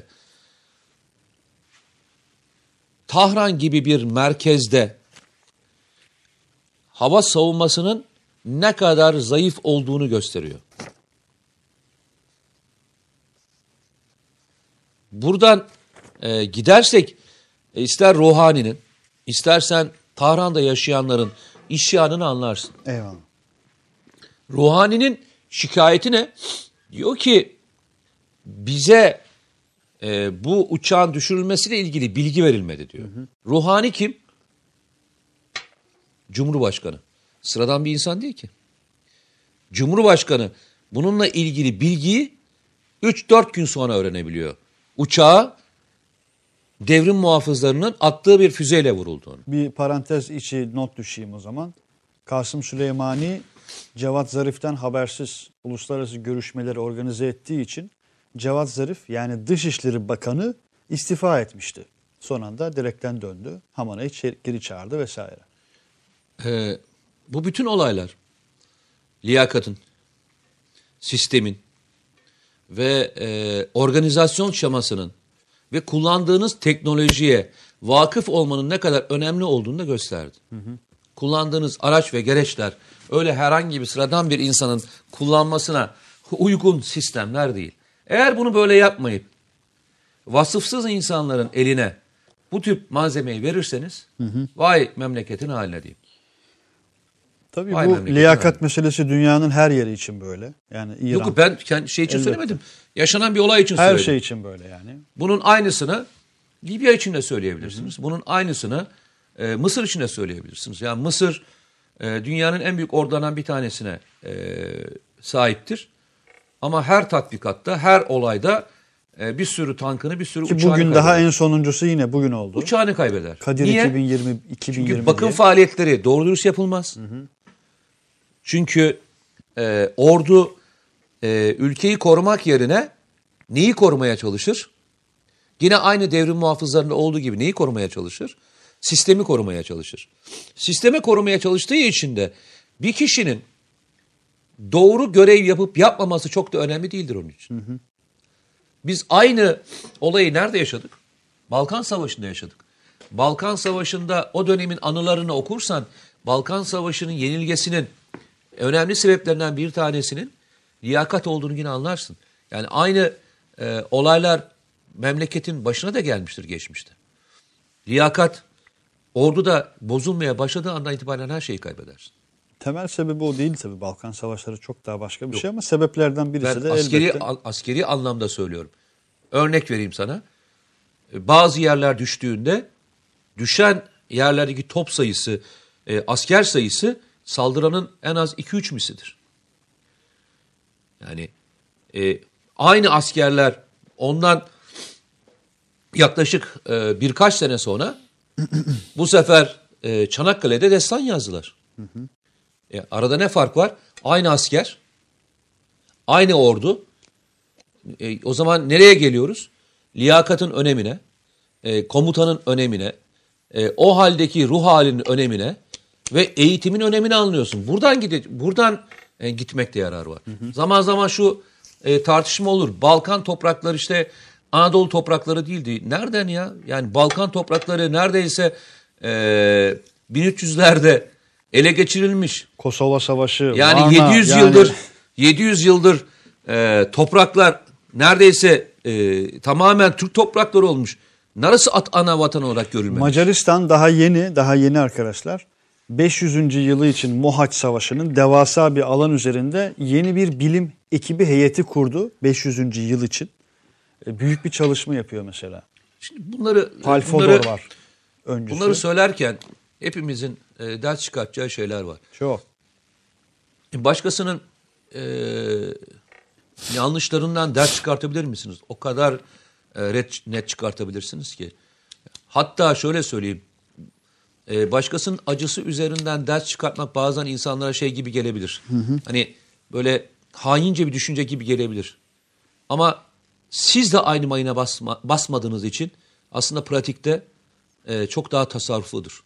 Tahran gibi bir merkezde hava savunmasının ne kadar zayıf olduğunu gösteriyor. Buradan e, gidersek e, ister Ruhani'nin, istersen Tahran'da yaşayanların isyanını anlarsın. Eyvallah. Ruhani'nin şikayeti ne? Diyor ki bize e, bu uçağın düşürülmesiyle ilgili bilgi verilmedi diyor. Hı hı. Ruhani kim? Cumhurbaşkanı. Sıradan bir insan değil ki. Cumhurbaşkanı bununla ilgili bilgiyi üç dört gün sonra öğrenebiliyor. Uçağa devrim muhafızlarının attığı bir füzeyle vurulduğunu. Bir parantez içi not düşeyim o zaman. Kasım Süleymani Cevat Zarif'ten habersiz uluslararası görüşmeleri organize ettiği için Cevat Zarif yani Dışişleri Bakanı istifa etmişti. Son anda direkten döndü. Hamana'yı geri çağırdı vesaire. Ee, bu bütün olaylar liyakatın, sistemin ve e, organizasyon şemasının ve kullandığınız teknolojiye vakıf olmanın ne kadar önemli olduğunu da gösterdi. Hı hı. Kullandığınız araç ve gereçler öyle herhangi bir sıradan bir insanın kullanmasına uygun sistemler değil. Eğer bunu böyle yapmayıp vasıfsız insanların eline bu tip malzemeyi verirseniz hı hı. vay memleketin haline diyeyim. Tabii vay bu liyakat haline. Meselesi dünyanın her yeri için böyle. Yani İran. Yok ben kendi şey için elbette. söylemedim. Yaşanan bir olay için her söyledim. Her şey için böyle yani. Bunun aynısını Libya için de söyleyebilirsiniz. Hı hı. Bunun aynısını e, Mısır için de söyleyebilirsiniz. Yani Mısır e, dünyanın en büyük ordularından bir tanesine e, sahiptir. Ama her tatbikatta, her olayda e, bir sürü tankını, bir sürü Ki uçağını bugün kaybeder. daha en sonuncusu yine bugün oldu. Uçağını kaybeder. Kadir Niye? iki bin yirmi, iki bin yirmi Çünkü bakım diye. faaliyetleri doğru dürüst yapılmaz. Hı hı. Çünkü e, ordu e, ülkeyi korumak yerine neyi korumaya çalışır? Yine aynı devrim muhafızlarında olduğu gibi neyi korumaya çalışır? Sistemi korumaya çalışır. Sistemi korumaya çalıştığı için de bir kişinin doğru görev yapıp yapmaması çok da önemli değildir onun için. Hı hı. Biz aynı olayı nerede yaşadık? Balkan Savaşı'nda yaşadık. Balkan Savaşı'nda o dönemin anılarını okursan Balkan Savaşı'nın yenilgesinin önemli sebeplerinden bir tanesinin liyakat olduğunu yine anlarsın. Yani aynı e, olaylar memleketin başına da gelmiştir geçmişte. Liyakat orduda bozulmaya başladığı andan itibaren her şeyi kaybedersin. Temel sebebi o değil tabii. Balkan Savaşları çok daha başka bir Yok. şey ama sebeplerden birisi ben de askeri, elbette. askeri anlamda söylüyorum. Örnek vereyim sana. Bazı yerler düştüğünde düşen yerlerdeki top sayısı, e, asker sayısı saldıranın en az iki üç mislidir. Yani e, aynı askerler ondan yaklaşık e, birkaç sene sonra bu sefer e, Çanakkale'de destan yazdılar. Hı hı. E, arada ne fark var? Aynı asker, aynı ordu. E, o zaman nereye geliyoruz? Liyakatın önemine, e, komutanın önemine, e, o haldeki ruh halinin önemine ve eğitimin önemini anlıyorsun. Buradan gide, buradan e, gitmekte yarar var. Hı hı. Zaman zaman şu e, tartışma olur. Balkan toprakları işte Anadolu toprakları değildi. Nereden ya? Yani Balkan toprakları neredeyse e, bin üç yüzlerde ele geçirilmiş. Kosova Savaşı, Yani Varna, yedi yüz yani... yıldır yedi yüz yıldır e, topraklar neredeyse e, tamamen Türk toprakları olmuş. Neresi at ana vatan olarak görülmemiş? Macaristan daha yeni, daha yeni arkadaşlar. beş yüzüncü yılı için Mohaç Savaşı'nın devasa bir alan üzerinde yeni bir bilim ekibi heyeti kurdu beş yüzüncü yıl için. E, büyük bir çalışma yapıyor mesela. Şimdi bunları Palfodor bunları, var öncüsü. Bunları söylerken hepimizin e, ders çıkartacağı şeyler var. Çok. Başkasının e, yanlışlarından ders çıkartabilir misiniz? O kadar e, net, net çıkartabilirsiniz ki. Hatta şöyle söyleyeyim. E, başkasının acısı üzerinden ders çıkartmak bazen insanlara şey gibi gelebilir. Hı hı. Hani böyle haince bir düşünce gibi gelebilir. Ama siz de aynı mayına basma, basmadığınız için aslında pratikte e, çok daha tasarrufludur.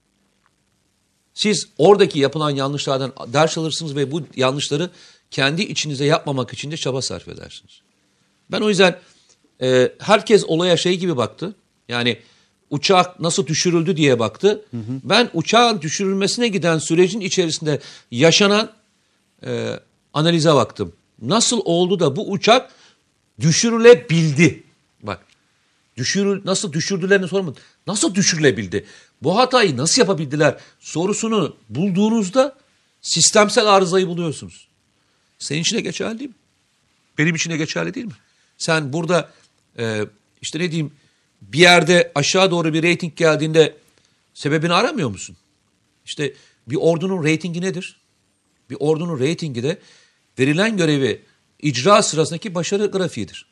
Siz oradaki yapılan yanlışlardan ders alırsınız ve bu yanlışları kendi içinize yapmamak için de çaba sarf edersiniz. Ben o yüzden e, herkes olaya şey gibi baktı. Yani uçak nasıl düşürüldü diye baktı. Hı hı. Ben uçağın düşürülmesine giden sürecin içerisinde yaşanan e, analize baktım. Nasıl oldu da bu uçak düşürülebildi? Bak, düşürül nasıl düşürdülerini sormadım. Nasıl düşürülebildi? Bu hatayı nasıl yapabildiler sorusunu bulduğunuzda sistemsel arızayı buluyorsunuz. Senin için de geçerli değil mi? Benim için de geçerli değil mi? Sen burada e, işte ne diyeyim bir yerde aşağı doğru bir reyting geldiğinde sebebini aramıyor musun? İşte bir ordunun reytingi nedir? Bir ordunun reytingi de verilen görevi icra sırasındaki başarı grafiğidir.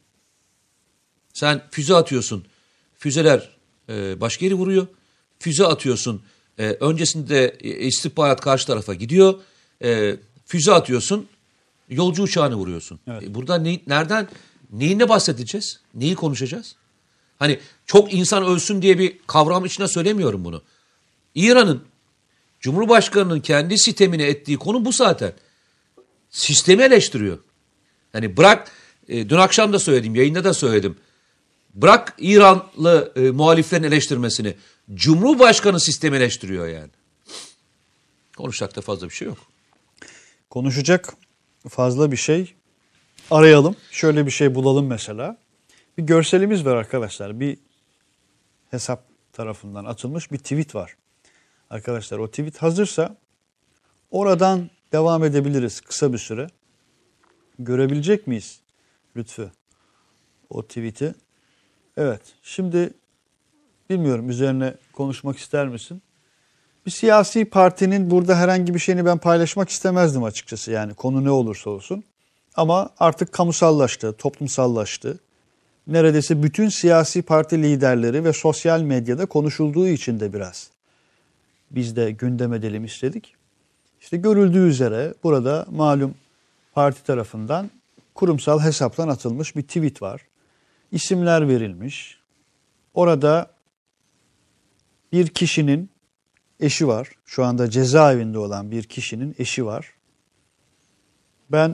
Sen füze atıyorsun. Füzeler e, başka yeri vuruyor. Füze atıyorsun. E, öncesinde e, istihbarat karşı tarafa gidiyor. E, füze atıyorsun. Yolcu uçağını vuruyorsun. Evet. E, burada ne, nereden, neyine bahsedeceğiz? Neyi konuşacağız? Hani çok insan ölsün diye bir kavram içine söylemiyorum bunu. İran'ın Cumhurbaşkanı'nın kendi sistemine ettiği konu bu zaten. Sistemi eleştiriyor. Hani bırak, e, dün akşam da söyledim, yayında da söyledim. Bırak İranlı e, muhaliflerin eleştirmesini. Cumhurbaşkanı sistemi eleştiriyor yani. Konuşacak da fazla bir şey yok. Konuşacak fazla bir şey arayalım. Şöyle bir şey bulalım mesela. Bir görselimiz var arkadaşlar. Bir hesap tarafından atılmış bir tweet var. Arkadaşlar o tweet hazırsa oradan devam edebiliriz kısa bir süre. Görebilecek miyiz Lütfü o tweet'i? Evet. Şimdi bilmiyorum üzerine konuşmak ister misin? Bir siyasi partinin burada herhangi bir şeyini ben paylaşmak istemezdim açıkçası. Yani konu ne olursa olsun. Ama artık kamusallaştı, toplumsallaştı. Neredeyse bütün siyasi parti liderleri ve sosyal medyada konuşulduğu için de biraz biz de gündem edelim istedik. İşte görüldüğü üzere burada malum parti tarafından kurumsal hesaptan atılmış bir tweet var. İsimler verilmiş. Orada bir kişinin eşi var. Şu anda cezaevinde olan bir kişinin eşi var. Ben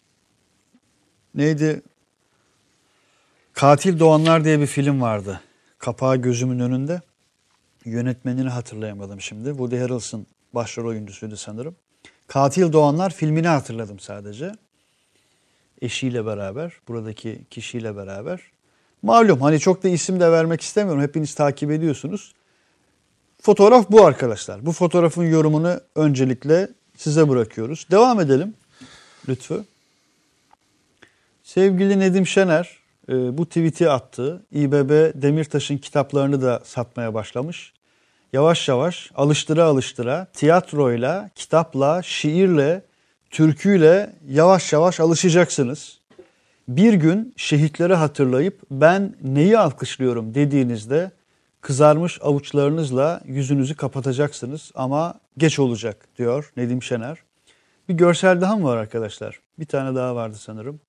neydi? Katil Doğanlar diye bir film vardı. Kapağı gözümün önünde. Yönetmenini hatırlayamadım şimdi. Woody Harrelson başrol oyuncusuydu sanırım. Katil Doğanlar filmini hatırladım sadece. Eşiyle beraber, buradaki kişiyle beraber. Malum hani çok da isim de vermek istemiyorum. Hepiniz takip ediyorsunuz. Fotoğraf bu arkadaşlar. Bu fotoğrafın yorumunu öncelikle size bırakıyoruz. Devam edelim Lütfü. Sevgili Nedim Şener e, bu tweet'i attı. İBB Demirtaş'ın kitaplarını da satmaya başlamış. Yavaş yavaş alıştıra alıştıra tiyatroyla, kitapla, şiirle, türküyle yavaş yavaş alışacaksınız. Bir gün şehitleri hatırlayıp ben neyi alkışlıyorum dediğinizde kızarmış avuçlarınızla yüzünüzü kapatacaksınız ama geç olacak diyor Nedim Şener. Bir görsel daha mı var arkadaşlar? Bir tane daha vardı sanırım.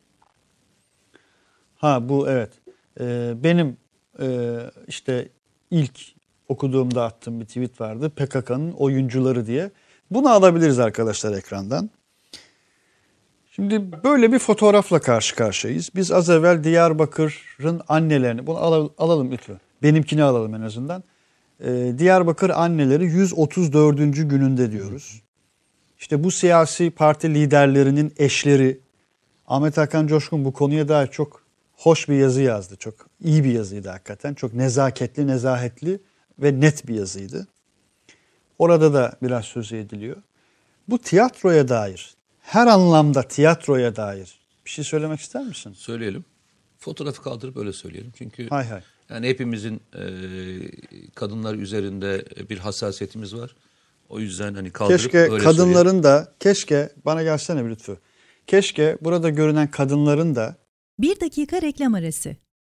Ha bu evet. Ee, benim e, işte ilk okuduğumda attığım bir tweet vardı. P K K'nın oyuncuları diye. Bunu alabiliriz arkadaşlar ekrandan. Şimdi böyle bir fotoğrafla karşı karşıyayız. Biz az evvel Diyarbakır'ın annelerini, bunu al- alalım lütfen. Benimkini alalım en azından. Ee, Diyarbakır anneleri yüz otuz dördüncü gününde diyoruz. İşte bu siyasi parti liderlerinin eşleri, Ahmet Hakan Coşkun bu konuya dair çok hoş bir yazı yazdı. Çok iyi bir yazıydı hakikaten. Çok nezaketli, nezahetli ve net bir yazıydı. Orada da biraz söz ediliyor. Bu tiyatroya dair, her anlamda tiyatroya dair bir şey söylemek ister misin? Söyleyelim. Fotoğrafı kaldırıp öyle söyleyelim. Çünkü Hay hay. yani hepimizin e, kadınlar üzerinde bir hassasiyetimiz var. O yüzden hani kaldırıp Keşke öyle kadınların söyleyelim. da, keşke bana gelsene bir lütfü. Keşke burada görünen kadınların da Bir dakika reklam arası.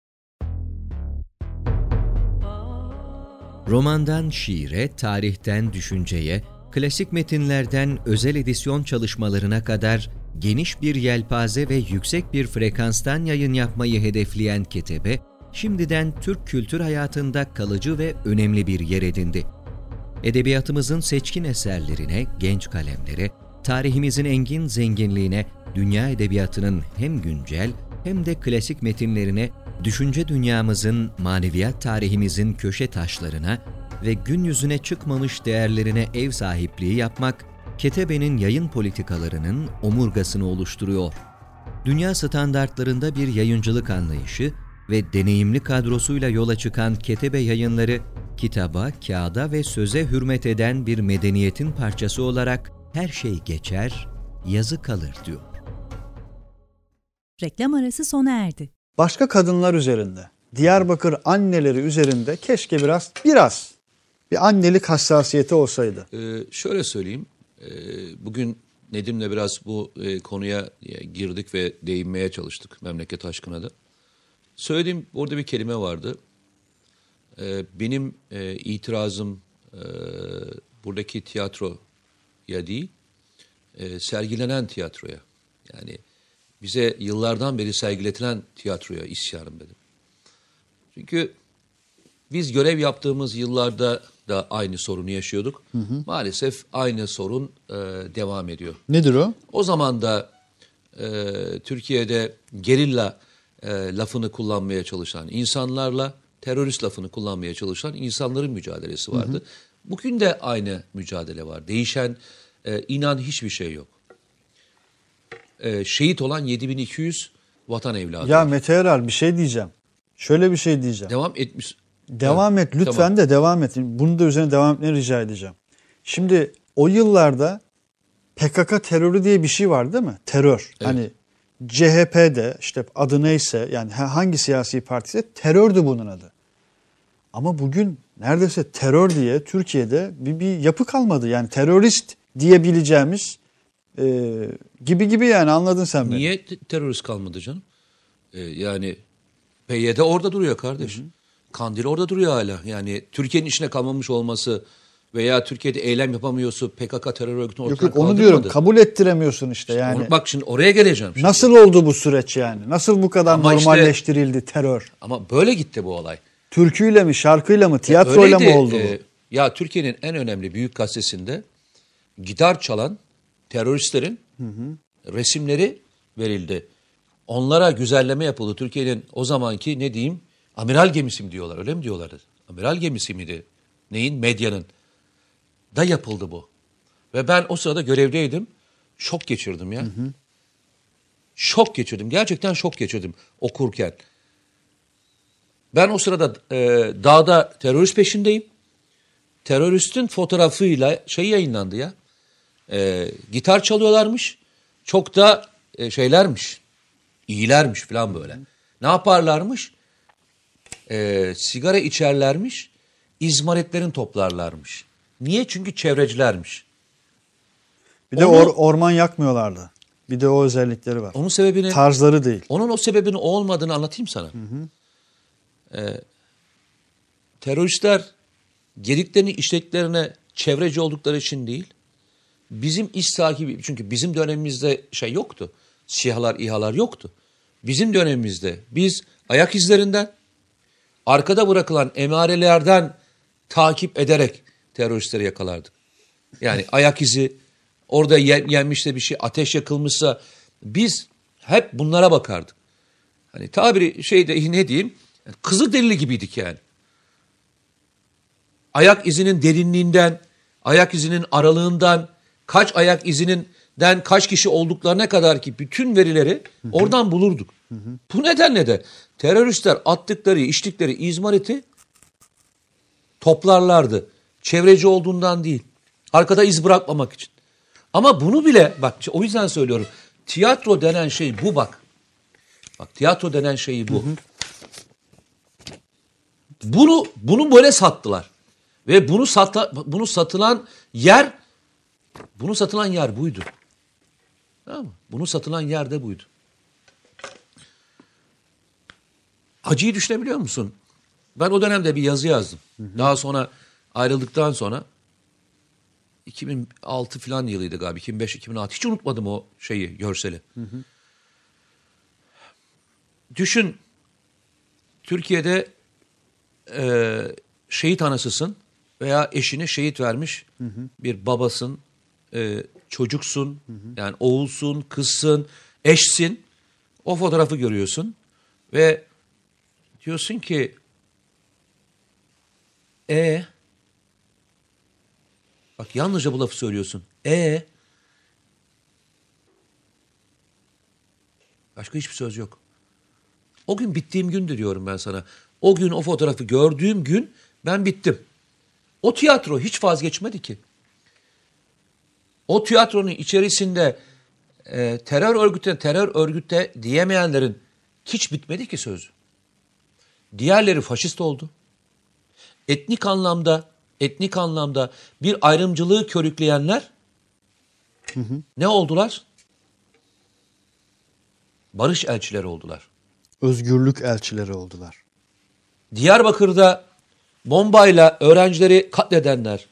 Romandan şiire, tarihten düşünceye, klasik metinlerden özel edisyon çalışmalarına kadar geniş bir yelpaze ve yüksek bir frekanstan yayın yapmayı hedefleyen Ketebe, şimdiden Türk kültür hayatında kalıcı ve önemli bir yer edindi. Edebiyatımızın seçkin eserlerine, genç kalemlere, tarihimizin engin zenginliğine, dünya edebiyatının hem güncel hem de klasik metinlerine, düşünce dünyamızın, maneviyat tarihimizin köşe taşlarına ve gün yüzüne çıkmamış değerlerine ev sahipliği yapmak, Ketebe'nin yayın politikalarının omurgasını oluşturuyor. Dünya standartlarında bir yayıncılık anlayışı ve deneyimli kadrosuyla yola çıkan Ketebe Yayınları, kitaba, kağıda ve söze hürmet eden bir medeniyetin parçası olarak her şey geçer, yazı kalır diyor. Reklam arası sona erdi. başka kadınlar üzerinde, Diyarbakır anneleri üzerinde keşke biraz, biraz bir annelik hassasiyeti olsaydı. Ee, şöyle söyleyeyim. Ee, bugün Nedim'le biraz bu e, konuya e, girdik ve değinmeye çalıştık memleket aşkına da. Söylediğim orada bir kelime vardı. Ee, benim e, itirazım e, buradaki tiyatroya değil, e, sergilenen tiyatroya. Yani bize yıllardan beri sergiletilen tiyatroya isyanım dedim. Çünkü biz görev yaptığımız yıllarda da aynı sorunu yaşıyorduk. Hı hı. Maalesef aynı sorun e, devam ediyor. Nedir o? O zaman da e, Türkiye'de gerilla e, lafını kullanmaya çalışan insanlarla terörist lafını kullanmaya çalışan insanların mücadelesi vardı. Hı hı. Bugün de aynı mücadele var. Değişen e, inan hiçbir şey yok. E, şehit olan yedi bin iki yüz vatan evladı. Ya Mete Eral bir şey diyeceğim. Şöyle bir şey diyeceğim. Devam etmiş. Devam evet, et lütfen tamam. de devam et. Bunun da üzerine devam etmeni rica edeceğim. Şimdi o yıllarda P K K terörü diye bir şey var değil mi? Terör. Evet. Hani C H P'de işte adı neyse yani hangi siyasi partisi terördü bunun adı. Ama bugün neredeyse terör diye Türkiye'de bir, bir yapı kalmadı. Yani terörist diyebileceğimiz e, gibi gibi yani anladın sen beni. Niye te- terörist kalmadı canım? Ee, yani P Y D orada duruyor kardeş. Hı hı. Kandil orada duruyor hala. Yani Türkiye'nin içine kalmamış olması veya Türkiye'de eylem yapamıyorsa P K K terör örgütünü ortadan Yok yok onu kaldırmadı. diyorum kabul ettiremiyorsun işte yani. Onu, bak şimdi oraya geleceğim. Şimdi. Nasıl oldu bu süreç yani? Nasıl bu kadar Ama normalleştirildi işte, terör? Ama böyle gitti bu olay. Türküyle mi, şarkıyla mı, tiyatroyla mı oldu bu? E, ya Türkiye'nin en önemli büyük gazetesinde gitar çalan teröristlerin hı hı. resimleri verildi. Onlara güzelleme yapıldı. Türkiye'nin o zamanki ne diyeyim amiral gemisi mi diyorlar öyle mi diyorlardı? Amiral gemisi miydi? Neyin? Medyanın. Da yapıldı bu. Ve ben o sırada görevdeydim. Şok geçirdim ya. Hı hı. Şok geçirdim. Gerçekten şok geçirdim okurken. Ben o sırada e, dağda terörist peşindeyim. Teröristin fotoğrafıyla şey yayınlandı ya. E, gitar çalıyorlarmış. Çok da e, şeylermiş. İyilermiş falan böyle. Ne yaparlarmış? E, sigara içerlermiş. İzmaritlerini toplarlarmış. Niye? Çünkü çevrecilermiş. Bir de Onu, or, orman yakmıyorlardı. Bir de o özellikleri var. Onun sebebini... Tarzları değil. Onun o sebebini o olmadığını anlatayım sana. Hı hı. Ee, teröristler gediklerini işlediklerine çevreci oldukları için değil. Bizim iş takibi... Çünkü bizim dönemimizde şey yoktu. SİHA'lar, İHA'lar yoktu. Bizim dönemimizde biz ayak izlerinden, arkada bırakılan emarelerden takip ederek teröristleri yakalardık. Yani ayak izi, orada yenmişse bir şey, ateş yakılmışsa Biz hep bunlara bakardık. Hani tabiri şeyde ne diyeyim? Yani Kızılderili gibiydik yani. Ayak izinin derinliğinden, ayak izinin aralığından, kaç ayak izinden kaç kişi olduklarına kadar ki bütün verileri oradan bulurduk. Hı hı. Bu nedenle de teröristler attıkları, içtikleri izmariti toplarlardı. Çevreci olduğundan değil. Arkada iz bırakmamak için. Ama bunu bile, bak o yüzden söylüyorum. Tiyatro denen şey bu bak. Bak tiyatro denen şey bu. Hı hı. Bunu bunu böyle sattılar. Ve bunu satla, bunu satılan yer bunu satılan yer buydu. Tamam mı? Bunu satılan yer de buydu. Acıyı düşünebiliyor musun? Ben o dönemde bir yazı yazdım. Hı hı. Daha sonra ayrıldıktan sonra iki bin altı falan yılıydı galiba. iki bin beş iki bin altı. Hiç unutmadım o şeyi, görseli. Hı hı. Düşün, Türkiye'de e, şehit anasısın veya eşini şehit vermiş hı hı. bir babasın, e, çocuksun, hı hı. yani oğulsun, kızsın, eşsin. O fotoğrafı görüyorsun ve diyorsun ki e bak yalnızca bu lafı söylüyorsun. E başka hiçbir söz yok. O gün bittiğim gündü diyorum ben sana. O gün o fotoğrafı gördüğüm gün ben bittim. O tiyatro hiç vazgeçmedi ki. O tiyatronun içerisinde e, terör örgütüne terör örgüte diyemeyenlerin hiç bitmedi ki sözü. Diğerleri faşist oldu. Etnik anlamda, etnik anlamda bir ayrımcılığı körükleyenler hı hı. ne oldular? Barış elçileri oldular. Özgürlük elçileri oldular. Diyarbakır'da bombayla öğrencileri katledenler,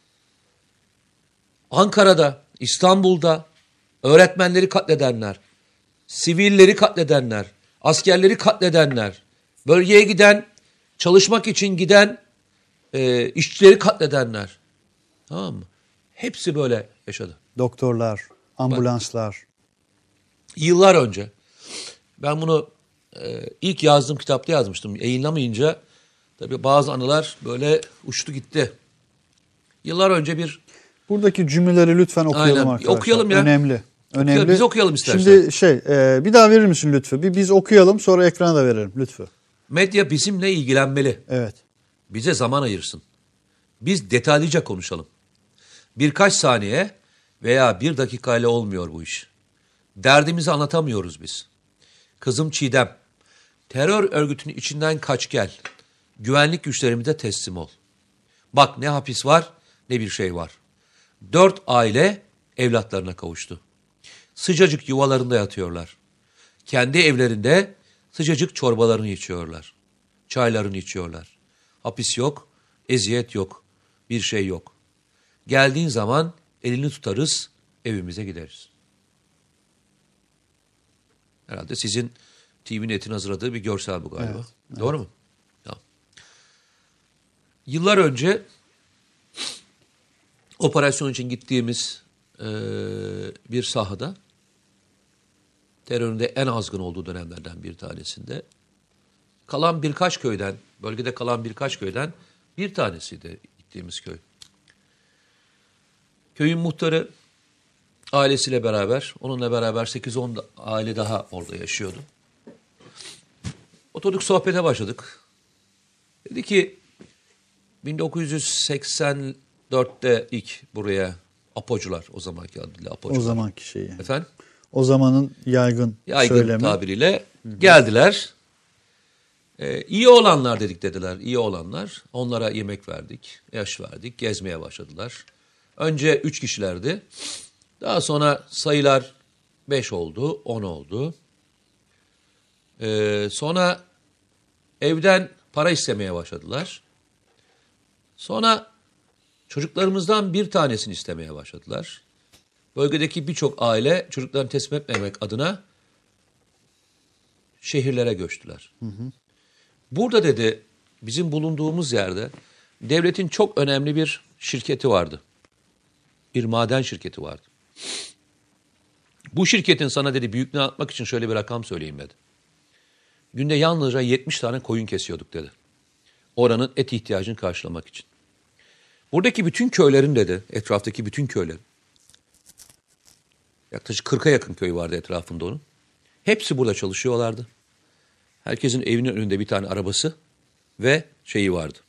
Ankara'da, İstanbul'da öğretmenleri katledenler, sivilleri katledenler, askerleri katledenler, bölgeye giden, çalışmak için giden e, işçileri katledenler. Tamam mı? Hepsi böyle yaşadı. Doktorlar, ambulanslar. Bak, yıllar önce ben bunu e, ilk yazdığım kitapta yazmıştım. Yayınlamayınca tabii bazı anılar böyle uçtu gitti. Yıllar önce bir... Buradaki cümleleri lütfen okuyalım Aynen. arkadaşlar. Okuyalım ya. Önemli. Önemli. Okuyalım. Biz okuyalım istersen. Şimdi şey e, bir daha verir misin lütfü? Bir biz okuyalım sonra ekrana da verelim lütfü. Medya bizimle ilgilenmeli. Evet. Bize zaman ayırsın. Biz detaylıca konuşalım. Birkaç saniye veya bir dakikayla olmuyor bu iş. Derdimizi anlatamıyoruz biz. Kızım Çiğdem, terör örgütünün içinden kaç gel. Güvenlik güçlerimize teslim ol. Bak ne hapis var ne bir şey var. Dört aile evlatlarına kavuştu. Sıcacık yuvalarında yatıyorlar. Kendi evlerinde sıcacık çorbalarını içiyorlar. Çaylarını içiyorlar. Hapis yok, eziyet yok, bir şey yok. Geldiğin zaman elini tutarız, evimize gideriz. Herhalde sizin T V Net'in hazırladığı bir görsel bu galiba. Evet, doğru evet. mu? Tamam. Yıllar önce operasyon için gittiğimiz e, bir sahada, terörün de en azgın olduğu dönemlerden bir tanesinde, kalan birkaç köyden, bölgede kalan birkaç köyden bir tanesiydi gittiğimiz köy. Köyün muhtarı ailesiyle beraber, onunla beraber sekiz on aile daha orada yaşıyordu. Oturduk sohbete başladık. Dedi ki bin dokuz yüz seksen dörtte ilk buraya Apocular, o zamanki adıyla Apocular. O zamanki şey yani. Efendim? O zamanın yaygın, yaygın söylemi. tabiriyle Hı-hı. geldiler. Ee, iyi olanlar dedik dediler, iyi olanlar. Onlara yemek verdik, yaş verdik, gezmeye başladılar. Önce üç kişilerdi. Daha sonra sayılar beş oldu, on oldu. Ee, sonra evden para istemeye başladılar. Sonra çocuklarımızdan bir tanesini istemeye başladılar. Bölgedeki birçok aile çocuklarını teslim etmemek adına şehirlere göçtüler. Hı hı. Burada dedi, bizim bulunduğumuz yerde devletin çok önemli bir şirketi vardı. Bir maden şirketi vardı. Bu şirketin sana dedi büyüklüğünü anlatmak için şöyle bir rakam söyleyeyim dedi. Günde yalnızca yetmiş tane koyun kesiyorduk dedi. Oranın et ihtiyacını karşılamak için. Buradaki bütün köylerin dedi, etraftaki bütün köylerin, yaklaşık kırka yakın köy vardı etrafında onun. Hepsi burada çalışıyorlardı. Herkesin evinin önünde bir tane arabası ve şeyi vardı.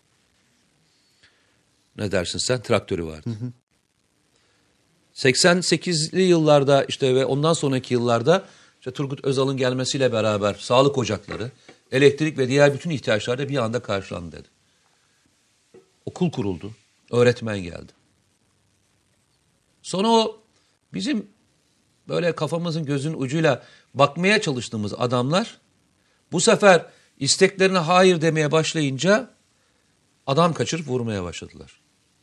Ne dersin sen? Traktörü vardı. Hı hı. seksen sekizli yıllarda işte ve ondan sonraki yıllarda işte Turgut Özal'ın gelmesiyle beraber sağlık ocakları, elektrik ve diğer bütün ihtiyaçlar da bir anda karşılandı dedi. Okul kuruldu, öğretmen geldi. Sonra o bizim böyle kafamızın gözün ucuyla bakmaya çalıştığımız adamlar bu sefer isteklerine hayır demeye başlayınca adam kaçırıp vurmaya başladılar.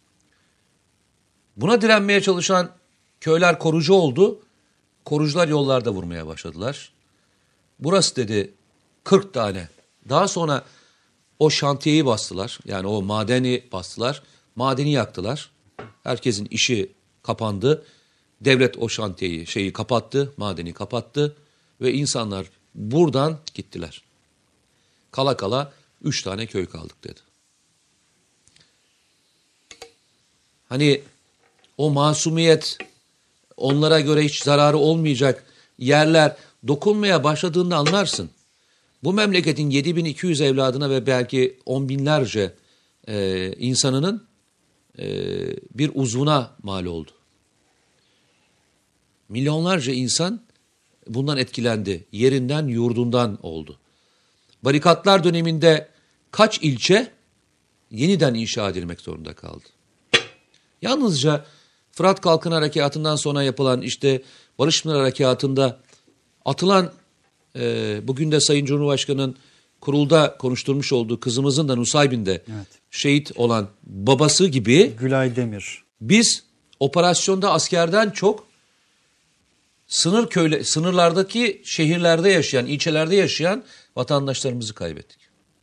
Buna direnmeye çalışan köyler korucu oldu. Korucular yollarda vurmaya başladılar. Burası dedi kırk tane. Daha sonra o şantiyeyi bastılar. Yani o madeni bastılar. Madeni yaktılar. Herkesin işi kapandı. Devlet o şantiyeyi şeyi kapattı. Madeni kapattı. Ve insanlar buradan gittiler. Kala kala üç tane köy kaldık dedi. Hani o masumiyet, onlara göre hiç zararı olmayacak yerler dokunmaya başladığında anlarsın. Bu memleketin yedi bin iki yüz evladına ve belki on binlerce e, insanının e, bir uzvuna mal oldu. Milyonlarca insan bundan etkilendi. Yerinden, yurdundan oldu. Barikatlar döneminde kaç ilçe yeniden inşa edilmek zorunda kaldı. Yalnızca Fırat Kalkın Harekatı'ndan sonra yapılan işte Barış Pınar Harekatı'nda atılan e, bugün de Sayın Cumhurbaşkanı'nın kurulda konuşturmuş olduğu kızımızın da Nusaybin'de evet. şehit olan babası gibi Gülay Demir. Biz operasyonda askerden çok sınır köyle, sınırlardaki şehirlerde yaşayan, ilçelerde yaşayan vatandaşlarımızı kaybettik.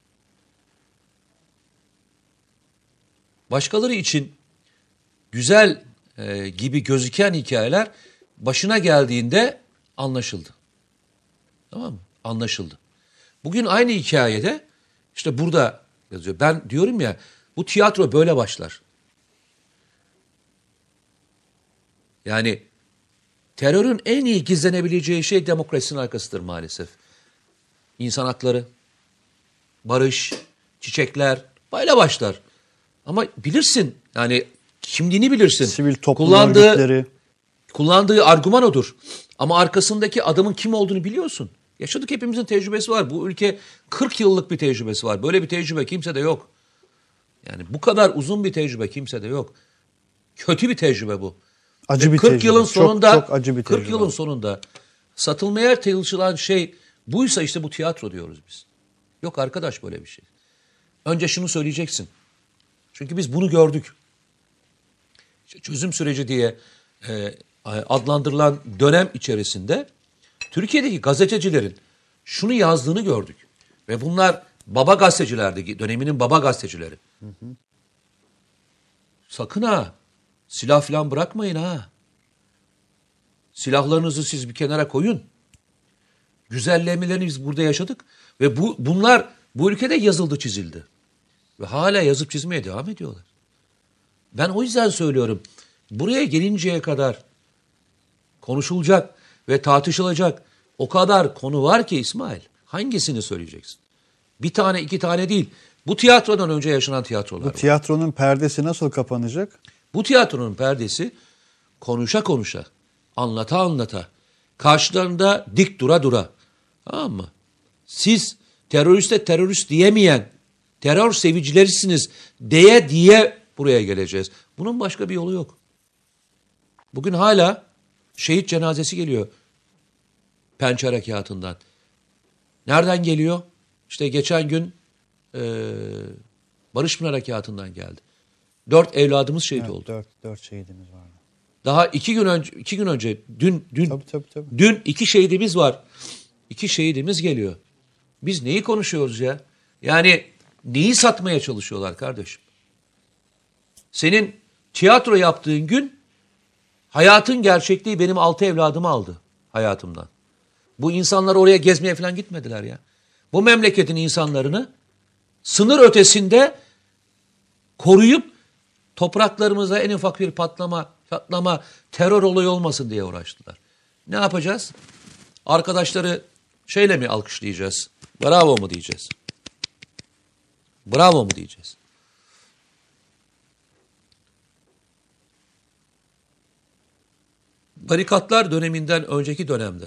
Başkaları için güzel e, gibi gözüken hikayeler başına geldiğinde anlaşıldı. Tamam mı? Anlaşıldı. Bugün aynı hikayede işte burada yazıyor. Ben diyorum ya bu tiyatro böyle başlar. Yani terörün en iyi gizlenebileceği şey demokrasinin arkasıdır maalesef. İnsan hakları, barış, çiçekler böyle başlar. Ama bilirsin yani kimliğini bilirsin. Sivil toplum kullandığı, örgütleri. Kullandığı argüman odur. Ama arkasındaki adamın kim olduğunu biliyorsun. Yaşadık, hepimizin tecrübesi var. Bu ülke kırk yıllık bir tecrübesi var. Böyle bir tecrübe kimsede yok. Yani bu kadar uzun bir tecrübe kimsede yok. Kötü bir tecrübe bu. Acı Ve bir kırk tecrübe. yılın sonunda çok, çok acı bir kırk tecrübe. yılın sonunda satılmaya çalışılan şey buysa işte bu tiyatro diyoruz biz. Yok arkadaş böyle bir şey. Önce şunu söyleyeceksin. Çünkü biz bunu gördük. İşte çözüm süreci diye e, adlandırılan dönem içerisinde Türkiye'deki gazetecilerin şunu yazdığını gördük. Ve bunlar baba gazetecilerdi, döneminin baba gazetecileri. Hı hı. Sakın ha, silah falan bırakmayın ha. Silahlarınızı siz bir kenara koyun. Güzellemelerini biz burada yaşadık. Ve bu bunlar bu ülkede yazıldı, çizildi. Ve hala yazıp çizmeye devam ediyorlar. Ben o yüzden söylüyorum. Buraya gelinceye kadar konuşulacak ve tartışılacak o kadar konu var ki İsmail. Hangisini söyleyeceksin? Bir tane iki tane değil. Bu tiyatrodan önce yaşanan tiyatrolar var. Bu tiyatronun perdesi nasıl kapanacak? Bu tiyatronun perdesi konuşa konuşa, anlata anlata, karşılarında dik dura dura. Tamam mı? Siz teröriste terörist diyemeyen, terör sevicilerisiniz diye diye buraya geleceğiz. Bunun başka bir yolu yok. Bugün hala şehit cenazesi geliyor Pençe Harekatı'ndan. Nereden geliyor? İşte geçen gün e, Barış Pınar Harekatı'ndan geldi. Dört evladımız şehit evet, oldu. Dört, dört şehidimiz vardı. Daha iki gün önce, iki gün önce, dün, dün, tabii, tabii, tabii. dün iki şehidimiz var. İki şehidimiz geliyor. Biz neyi konuşuyoruz ya? Yani neyi satmaya çalışıyorlar kardeşim? Senin tiyatro yaptığın gün Hayatın gerçekliği benim altı evladımı aldı hayatımdan. Bu insanlar oraya gezmeye falan gitmediler ya. Bu memleketin insanlarını sınır ötesinde koruyup topraklarımıza en ufak bir patlama, patlama, terör olayı olmasın diye uğraştılar. Ne yapacağız? Arkadaşları şeyle mi alkışlayacağız? Bravo mu diyeceğiz? Bravo mu diyeceğiz? Barikatlar döneminden önceki dönemde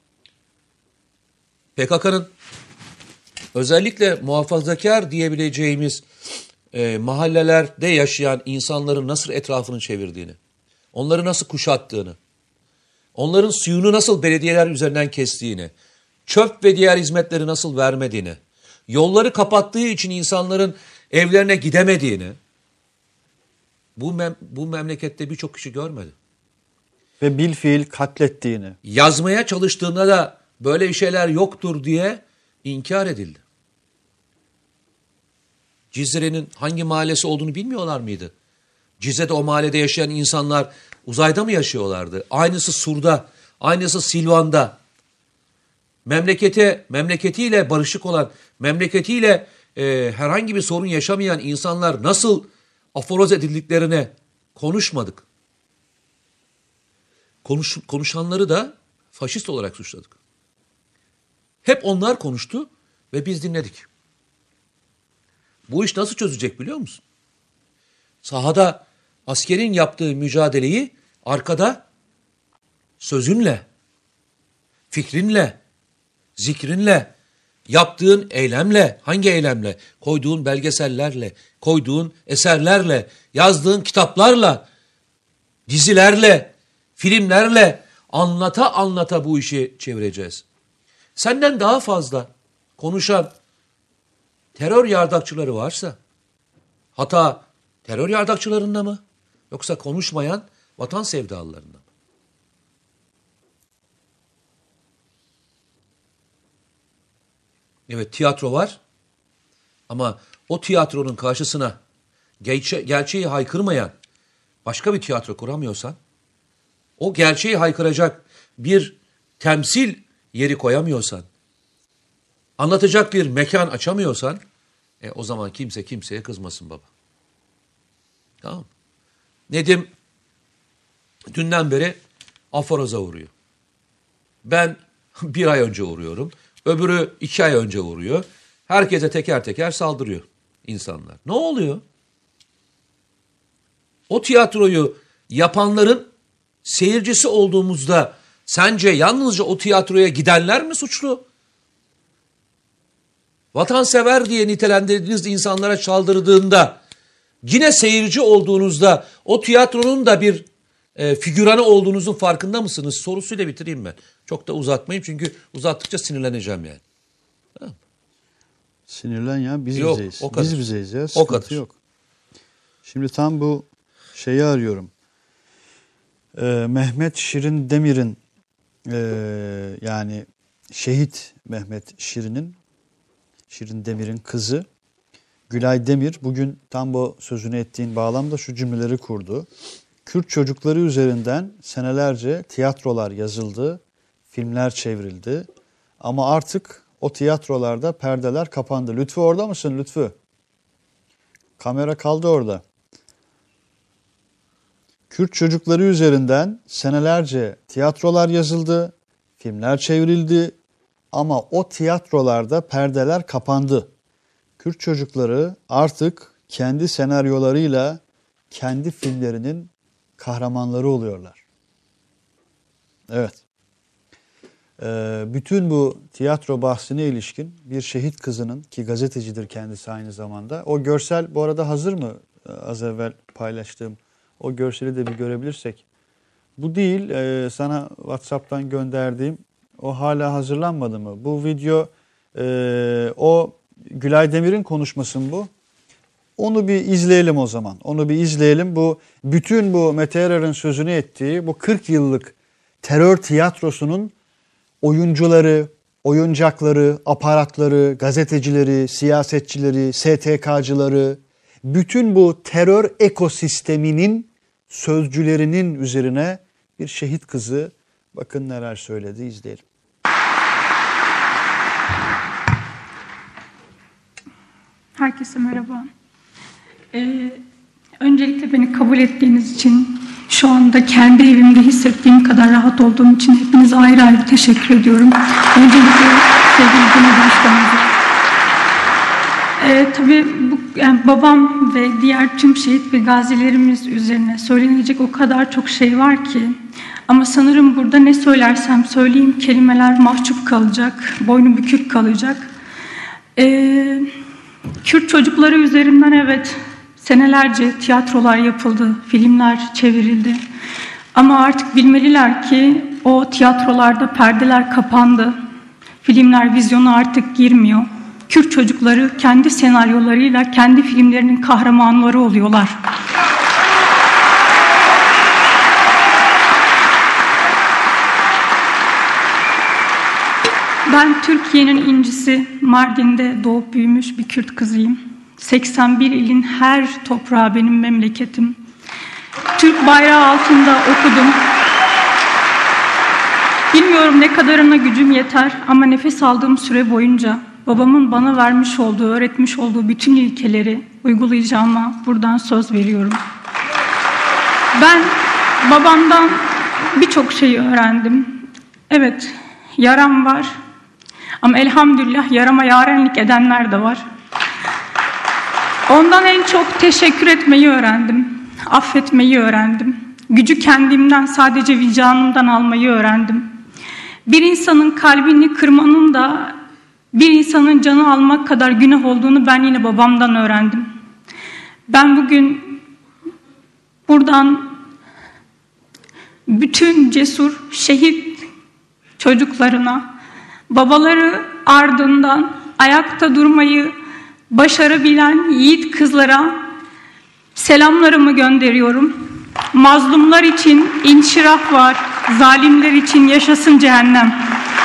P K K'nın özellikle muhafazakar diyebileceğimiz e, mahallelerde yaşayan insanların nasıl etrafını çevirdiğini, onları nasıl kuşattığını, onların suyunu nasıl belediyeler üzerinden kestiğini, çöp ve diğer hizmetleri nasıl vermediğini, yolları kapattığı için insanların evlerine gidemediğini bu, mem bu memlekette birçok kişi görmedi. Ve bilfiil katlettiğini. Yazmaya çalıştığında da böyle şeyler yoktur diye inkar edildi. Cizre'nin hangi mahallesi olduğunu bilmiyorlar mıydı? Cizre'de o mahallede yaşayan insanlar uzayda mı yaşıyorlardı? Aynısı Sur'da, aynısı Silvan'da. Memlekete, memleketiyle barışık olan, memleketiyle e, herhangi bir sorun yaşamayan insanlar nasıl aforoz edildiklerine konuşmadık. Konuş, konuşanları da faşist olarak suçladık. Hep onlar konuştu ve biz dinledik. Bu iş nasıl çözecek biliyor musun? Sahada askerin yaptığı mücadeleyi arkada sözünle, fikrinle, zikrinle, yaptığın eylemle, hangi eylemle? Koyduğun belgesellerle, koyduğun eserlerle, yazdığın kitaplarla, dizilerle, filmlerle anlata anlata bu işi çevireceğiz. Senden daha fazla konuşan terör yardakçıları varsa, hata terör yardakçılarında mı? Yoksa konuşmayan vatan sevdalılarında mı? Evet, tiyatro var ama o tiyatronun karşısına gerçe gerçeği haykırmayan başka bir tiyatro kuramıyorsan, o gerçeği haykıracak bir temsil yeri koyamıyorsan, anlatacak bir mekan açamıyorsan, e, o zaman kimse kimseye kızmasın baba. Tamam. Nedim dünden beri aforoza uğruyor. Ben bir ay önce uğruyorum. Öbürü iki ay önce uğruyor. Herkese teker teker saldırıyor insanlar. Ne oluyor? O tiyatroyu yapanların seyircisi olduğumuzda sence yalnızca o tiyatroya gidenler mi suçlu? Vatansever diye nitelendirdiğiniz insanlara çaldırdığında, yine seyirci olduğunuzda o tiyatronun da bir e, figüranı olduğunuzun farkında mısınız? Sorusuyla bitireyim ben. Çok da uzatmayayım çünkü uzattıkça sinirleneceğim yani. Tamam. Sinirlen ya, biz yok, bizeyiz. O kadar. Biz bizeyiz ya, o sıkıntı kadar. yok. Şimdi tam bu şeyi arıyorum. Ee, Mehmet Şirin Demir'in e, yani şehit Mehmet Şirin'in Şirin Demir'in kızı Gülay Demir bugün tam bu sözünü ettiğin bağlamda şu cümleleri kurdu. Kürt çocukları üzerinden senelerce tiyatrolar yazıldı, filmler çevrildi ama artık o tiyatrolarda perdeler kapandı. Lütfü orada mısın Lütfü? Kamera kaldı orada. Kürt çocukları üzerinden senelerce tiyatrolar yazıldı, filmler çevrildi ama o tiyatrolarda perdeler kapandı. Kürt çocukları artık kendi senaryolarıyla kendi filmlerinin kahramanları oluyorlar. Evet. Ee, bütün bu tiyatro bahsine ilişkin bir şehit kızının, ki gazetecidir kendisi aynı zamanda. O görsel bu arada hazır mı? Az evvel paylaştığım o görseli de bir görebilirsek. Bu değil, e, sana WhatsApp'tan gönderdiğim, o hala hazırlanmadı mı? Bu video, e, o Gülay Demir'in konuşması mı bu? Onu bir izleyelim o zaman. Onu bir izleyelim. Bu bütün bu Mete Yarar'ın sözünü ettiği bu kırk yıllık terör tiyatrosunun oyuncuları, oyuncakları, aparatları, gazetecileri, siyasetçileri, S T K'cıları, bütün bu terör ekosisteminin sözcülerinin üzerine bir şehit kızı bakın neler söyledi, izleyelim. Herkese merhaba. Ee, öncelikle beni kabul ettiğiniz için, şu anda kendi evimde hissettiğim kadar rahat olduğum için hepinize ayrı ayrı teşekkür ediyorum. Öncelikle sevgili Cumhurbaşkanımıza. Ee, tabii bu, yani babam ve diğer tüm şehit ve gazilerimiz üzerine söylenecek o kadar çok şey var ki. Ama sanırım burada ne söylersem söyleyeyim kelimeler mahcup kalacak, boynu bükük kalacak. Ee, Kürt çocukları üzerinden evet senelerce tiyatrolar yapıldı, filmler çevrildi. Ama artık bilmeliler ki o tiyatrolarda perdeler kapandı. Filmler vizyona artık girmiyor. Kürt çocukları kendi senaryolarıyla kendi filmlerinin kahramanları oluyorlar. Ben Türkiye'nin incisi, Mardin'de doğup büyümüş bir Kürt kızıyım. seksen bir ilin her toprağı benim memleketim. Türk bayrağı altında okudum. Bilmiyorum ne kadarına gücüm yeter ama nefes aldığım süre boyunca babamın bana vermiş olduğu, öğretmiş olduğu bütün ilkeleri uygulayacağıma buradan söz veriyorum. Ben babamdan birçok şeyi öğrendim. Evet, yaram var. Ama elhamdülillah yarama yarenlik edenler de var. Ondan en çok teşekkür etmeyi öğrendim. Affetmeyi öğrendim. Gücü kendimden, sadece vicdanımdan almayı öğrendim. Bir insanın kalbini kırmanın da bir insanın canı almak kadar günah olduğunu ben yine babamdan öğrendim. Ben bugün buradan bütün cesur şehit çocuklarına, babaları ardından ayakta durmayı başarabilen yiğit kızlara selamlarımı gönderiyorum. Mazlumlar için inşirah var, zalimler için yaşasın cehennem.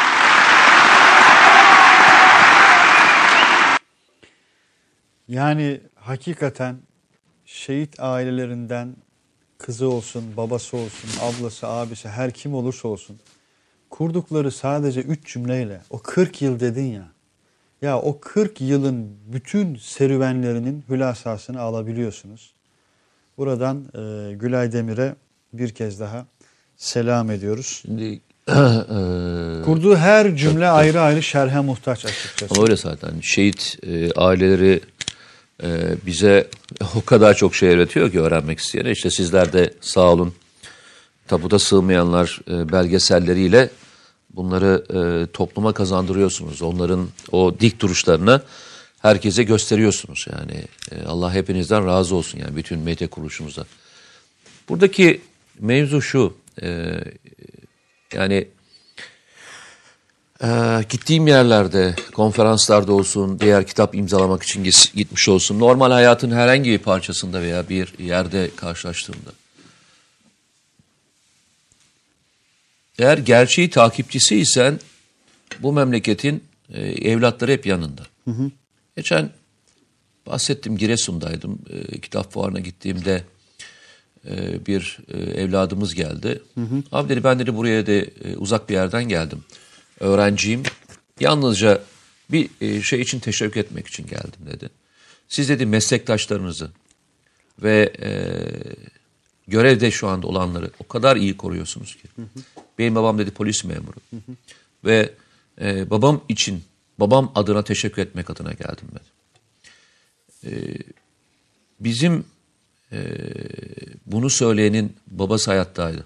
Yani hakikaten şehit ailelerinden kızı olsun, babası olsun, ablası, abisi, her kim olursa olsun kurdukları sadece üç cümleyle o kırk yıl dedin ya, ya o kırk yılın bütün serüvenlerinin hülasasını alabiliyorsunuz. Buradan e, Gülay Demir'e bir kez daha selam ediyoruz. Şimdi kurduğu her cümle ayrı ayrı şerhe muhtaç açıkçası. öyle zaten. Şehit e, aileleri e, bize o kadar çok şey öğretiyor ki öğrenmek isteyene. İşte sizler de sağ olun tabuta sığmayanlar e, belgeselleriyle bunları e, topluma kazandırıyorsunuz. Onların o dik duruşlarını herkese gösteriyorsunuz. Yani e, Allah hepinizden razı olsun, yani bütün medya kuruluşumuza. Buradaki mevzu şu, e, yani e, gittiğim yerlerde, konferanslarda olsun, diğer kitap imzalamak için gitmiş olsun, normal hayatın herhangi bir parçasında veya bir yerde karşılaştığımda, eğer gerçeği takipçisiysen bu memleketin e, evlatları hep yanında. Hı hı. Geçen bahsettim, Giresun'daydım. E, kitap fuarına gittiğimde e, bir e, evladımız geldi. Hı hı. Abi dedi, ben dedi buraya de e, uzak bir yerden geldim. Öğrenciyim. Yalnızca bir e, şey için teşekkür etmek için geldim dedi. Siz dedi meslektaşlarınızı ve e, görevde şu anda olanları o kadar iyi koruyorsunuz ki. Hı hı. Benim babam dedi polis memuru. Hı hı. Ve e, babam için, babam adına teşekkür etmek adına geldim ben. E, bizim e, bunu söyleyenin babası hayattaydı.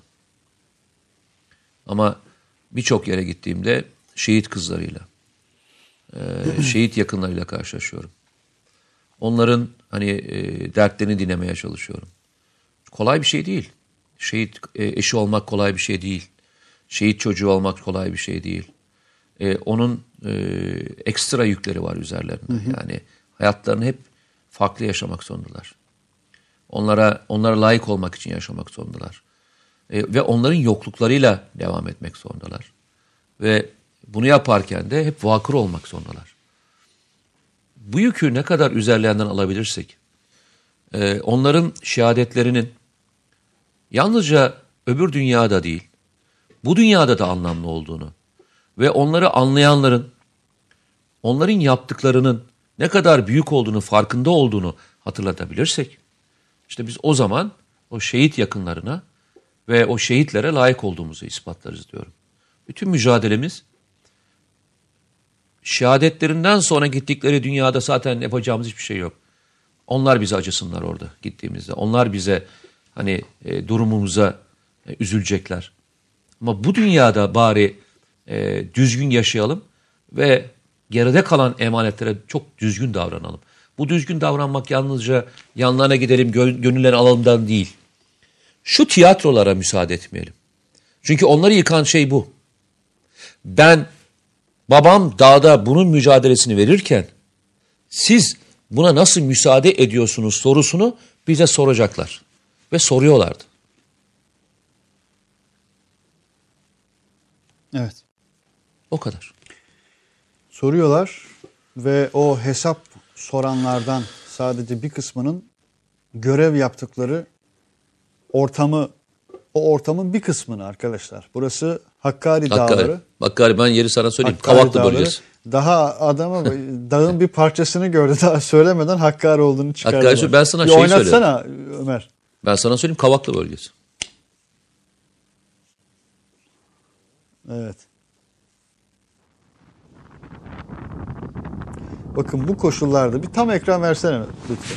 Ama birçok yere gittiğimde şehit kızlarıyla, e, şehit yakınlarıyla karşılaşıyorum. Onların hani e, dertlerini dinlemeye çalışıyorum. Kolay bir şey değil. Şehit e, eşi olmak kolay bir şey değil. Şehit çocuğu olmak kolay bir şey değil. Ee, onun e, ekstra yükleri var üzerlerinde. Hı hı. Yani hayatlarını hep farklı yaşamak zorundalar. Onlara onlara layık olmak için yaşamak zorundalar. Ee, ve onların yokluklarıyla devam etmek zorundalar. Ve bunu yaparken de hep vakır olmak zorundalar. Bu yükü ne kadar üzerlerinden alabilirsek, e, onların şehadetlerinin yalnızca öbür dünyada değil, bu dünyada da anlamlı olduğunu ve onları anlayanların, onların yaptıklarının ne kadar büyük olduğunu, farkında olduğunu hatırlatabilirsek, işte biz o zaman o şehit yakınlarına ve o şehitlere layık olduğumuzu ispatlarız diyorum. Bütün mücadelemiz, şehadetlerinden sonra gittikleri dünyada zaten yapacağımız hiçbir şey yok. Onlar bize acısınlar orada gittiğimizde. Onlar bize hani e, durumumuza e, üzülecekler. Ama bu dünyada bari e, düzgün yaşayalım ve geride kalan emanetlere çok düzgün davranalım. Bu düzgün davranmak yalnızca yanlarına gidelim, gö- gönüllerini alalımdan değil. Şu tiyatrolara müsaade etmeyelim. Çünkü onları yıkan şey bu. Ben, babam dağda bunun mücadelesini verirken siz buna nasıl müsaade ediyorsunuz sorusunu bize soracaklar. Ve soruyorlardı. Evet. O kadar. Soruyorlar ve o hesap soranlardan sadece bir kısmının görev yaptıkları ortamı, o ortamın bir kısmını arkadaşlar. Burası Hakkari, Hakkari. Dağları. Hakkari, ben yeri sana söyleyeyim. Hakkari Kavaklı Dağları. bölgesi. Daha adama dağın bir parçasını gördü. Daha söylemeden Hakkari olduğunu çıkardı. Hakkari, ben sana bir şeyi oynatsana Ömer. Ben sana söyleyeyim, Kavaklı bölgesi. Evet. Bakın bu koşullarda bir tam ekran versene lütfen.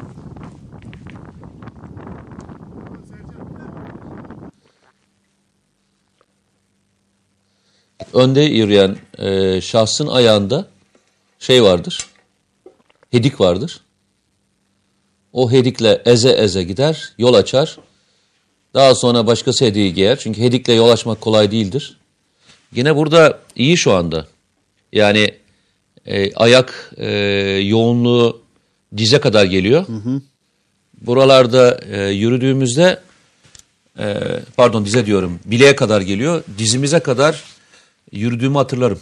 Önde yürüyen e, şahsın ayağında şey vardır. Hedik vardır. O hedikle eze eze gider, yol açar. Daha sonra başkası hediği giyer. Çünkü hedikle yol açmak kolay değildir. Yine burada iyi şu anda. Yani e, ayak e, yoğunluğu dize kadar geliyor. Hı hı. Buralarda e, yürüdüğümüzde e, pardon dize diyorum bileğe kadar geliyor. Dizimize kadar yürüdüğümü hatırlarım.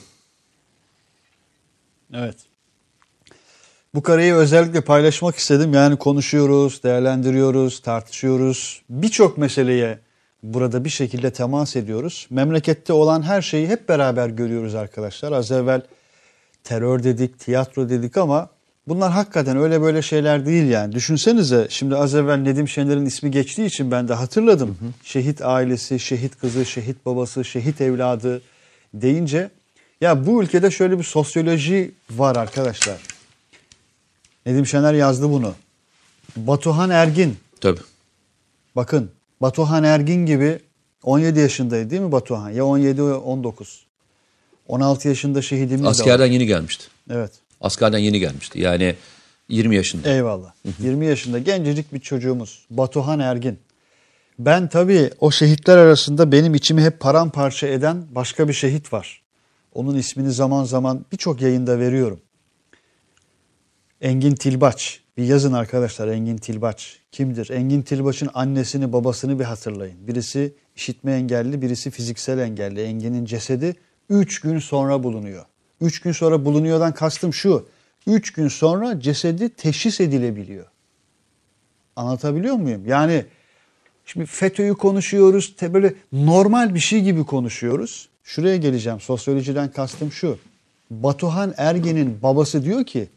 Evet. Bu kareyi özellikle paylaşmak istedim. Yani konuşuyoruz, değerlendiriyoruz, tartışıyoruz. Birçok meseleye burada bir şekilde temas ediyoruz. Memlekette olan her şeyi hep beraber görüyoruz arkadaşlar. Az evvel terör dedik, tiyatro dedik ama bunlar hakikaten öyle böyle şeyler değil yani. Düşünsenize şimdi az evvel Nedim Şener'in ismi geçtiği için ben de hatırladım. Hı hı. Şehit ailesi, şehit kızı, şehit babası, şehit evladı deyince ya bu ülkede şöyle bir sosyoloji var arkadaşlar. Nedim Şener yazdı bunu. Batuhan Ergin. Tabii. Bakın Batuhan Ergin gibi on yedi yaşındaydı değil mi Batuhan? Ya on yedi on dokuz. on altı yaşında şehidimiz de var. Askerden yeni gelmişti. Evet. Askerden yeni gelmişti. Yani yirmi yaşında. Eyvallah. yirmi yaşında gencecik bir çocuğumuz Batuhan Ergin. Ben tabii o şehitler arasında benim içimi hep paramparça eden başka bir şehit var. Onun ismini zaman zaman birçok yayında veriyorum. Engin Tilbaç. Bir yazın arkadaşlar Engin Tilbaç. Kimdir? Engin Tilbaç'ın annesini babasını bir hatırlayın. Birisi işitme engelli, birisi fiziksel engelli. Engin'in cesedi üç gün sonra bulunuyor. üç gün sonra bulunuyordan kastım şu. üç gün sonra cesedi teşhis edilebiliyor. Anlatabiliyor muyum? Yani şimdi FETÖ'yü konuşuyoruz. Böyle normal bir şey gibi konuşuyoruz. Şuraya geleceğim. Sosyolojiden kastım şu. Batuhan Ergin'in babası diyor ki,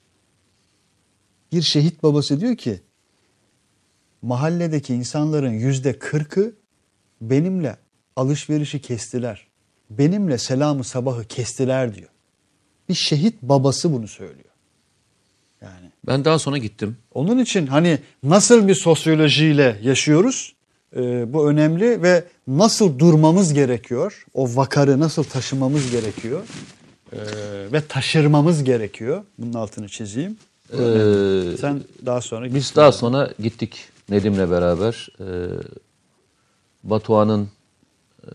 bir şehit babası diyor ki, mahalledeki insanların yüzde kırkı benimle alışverişi kestiler. Benimle selamı sabahı kestiler diyor. Bir şehit babası bunu söylüyor. Yani Ben daha sonra gittim. onun için hani nasıl bir sosyolojiyle yaşıyoruz e, bu önemli ve nasıl durmamız gerekiyor, o vakarı nasıl taşımamız gerekiyor e, ve taşırmamız gerekiyor. Bunun altını çizeyim. Ee, Sen daha sonra Biz daha sonra gittik Nedim'le beraber. Ee, Batuhan'ın e,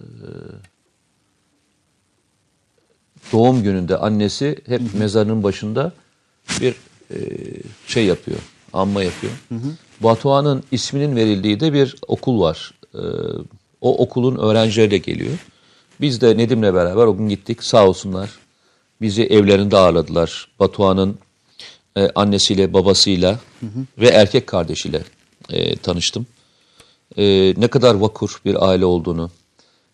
doğum gününde annesi hep hı hı. mezarının başında bir e, şey yapıyor, anma yapıyor. Hı hı. Batuhan'ın isminin verildiği de bir okul var. Ee, o okulun öğrencileri geliyor. Biz de Nedim'le beraber o gün gittik, sağ olsunlar. Bizi evlerinde ağırladılar. Batuhan'ın e, annesiyle, babasıyla hı hı. ve erkek kardeşiyle e, tanıştım. E, ne kadar vakur bir aile olduğunu,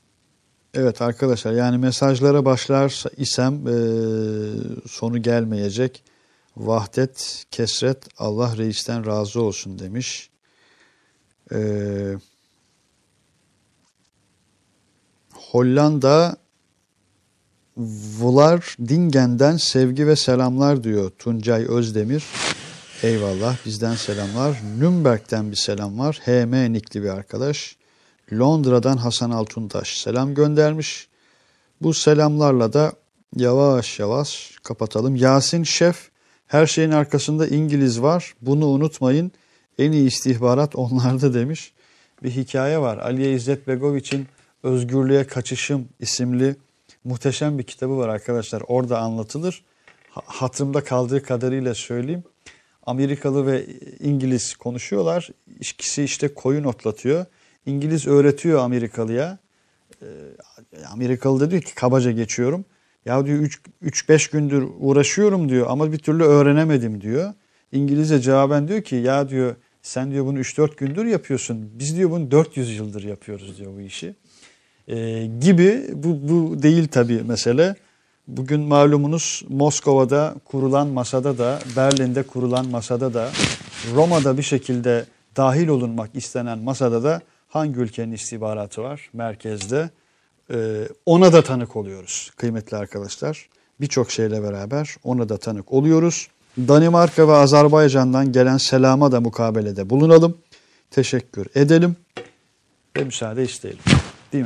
Evet arkadaşlar, yani mesajlara başlar isem e, sonu gelmeyecek. Vahdet, kesret, Allah reisten razı olsun demiş. Ee, Hollanda Vlardingen'den sevgi ve selamlar diyor Tuncay Özdemir. Eyvallah, bizden selamlar. Nürnberg'den bir selam var. H M nikli bir arkadaş. Londra'dan Hasan Altuntaş selam göndermiş. Bu selamlarla da yavaş yavaş kapatalım. Yasin Şef, her şeyin arkasında İngiliz var. Bunu unutmayın. En iyi istihbarat onlarda demiş. Bir hikaye var. Aliye İzzet Begoviç'in Özgürlüğe Kaçışım isimli muhteşem bir kitabı var arkadaşlar. Orada anlatılır. Hatırımda kaldığı kadarıyla söyleyeyim. Amerikalı ve İngiliz konuşuyorlar. İkisi işte koyun otlatıyor. İngiliz öğretiyor Amerikalıya. Amerikalı da diyor ki, kabaca geçiyorum. Ya diyor üç beş gündür uğraşıyorum diyor ama bir türlü öğrenemedim diyor. İngilizce cevaben diyor ki, ya diyor sen diyor bunu üç dört gündür yapıyorsun. Biz diyor bunu dört yüz yıldır yapıyoruz diyor bu işi. Ee, gibi bu, bu değil tabii mesele. Bugün malumunuz Moskova'da kurulan masada da, Berlin'de kurulan masada da, Roma'da bir şekilde dahil olunmak istenen masada da hangi ülkenin istihbaratı var? Merkezde. Ee, ona da tanık oluyoruz kıymetli arkadaşlar. Birçok şeyle beraber ona da tanık oluyoruz. Danimarka ve Azerbaycan'dan gelen selama da mukabelede bulunalım. Teşekkür edelim ve müsaade isteyelim. Değil mi?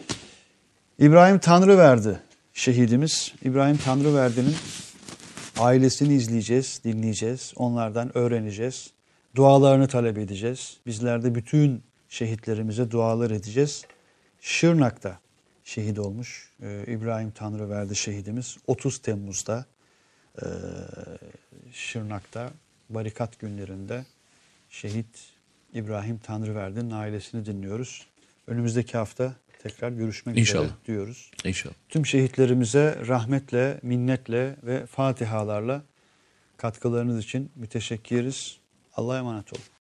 İbrahim Tanrıverdi şehidimiz. İbrahim Tanrıverdi'nin ailesini izleyeceğiz, dinleyeceğiz. Onlardan öğreneceğiz. Dualarını talep edeceğiz. Bizler de bütün şehitlerimize dualar edeceğiz. Şırnak'ta şehit olmuş ee, İbrahim Tanrıverdi şehidimiz. otuz Temmuz'da e, Şırnak'ta barikat günlerinde şehit İbrahim Tanrıverdi'nin ailesini dinliyoruz. Önümüzdeki hafta tekrar görüşmek İnşallah. üzere diyoruz. İnşallah. Tüm şehitlerimize rahmetle, minnetle ve fatihalarla katkılarınız için müteşekkiriz. Allah'a emanet olun.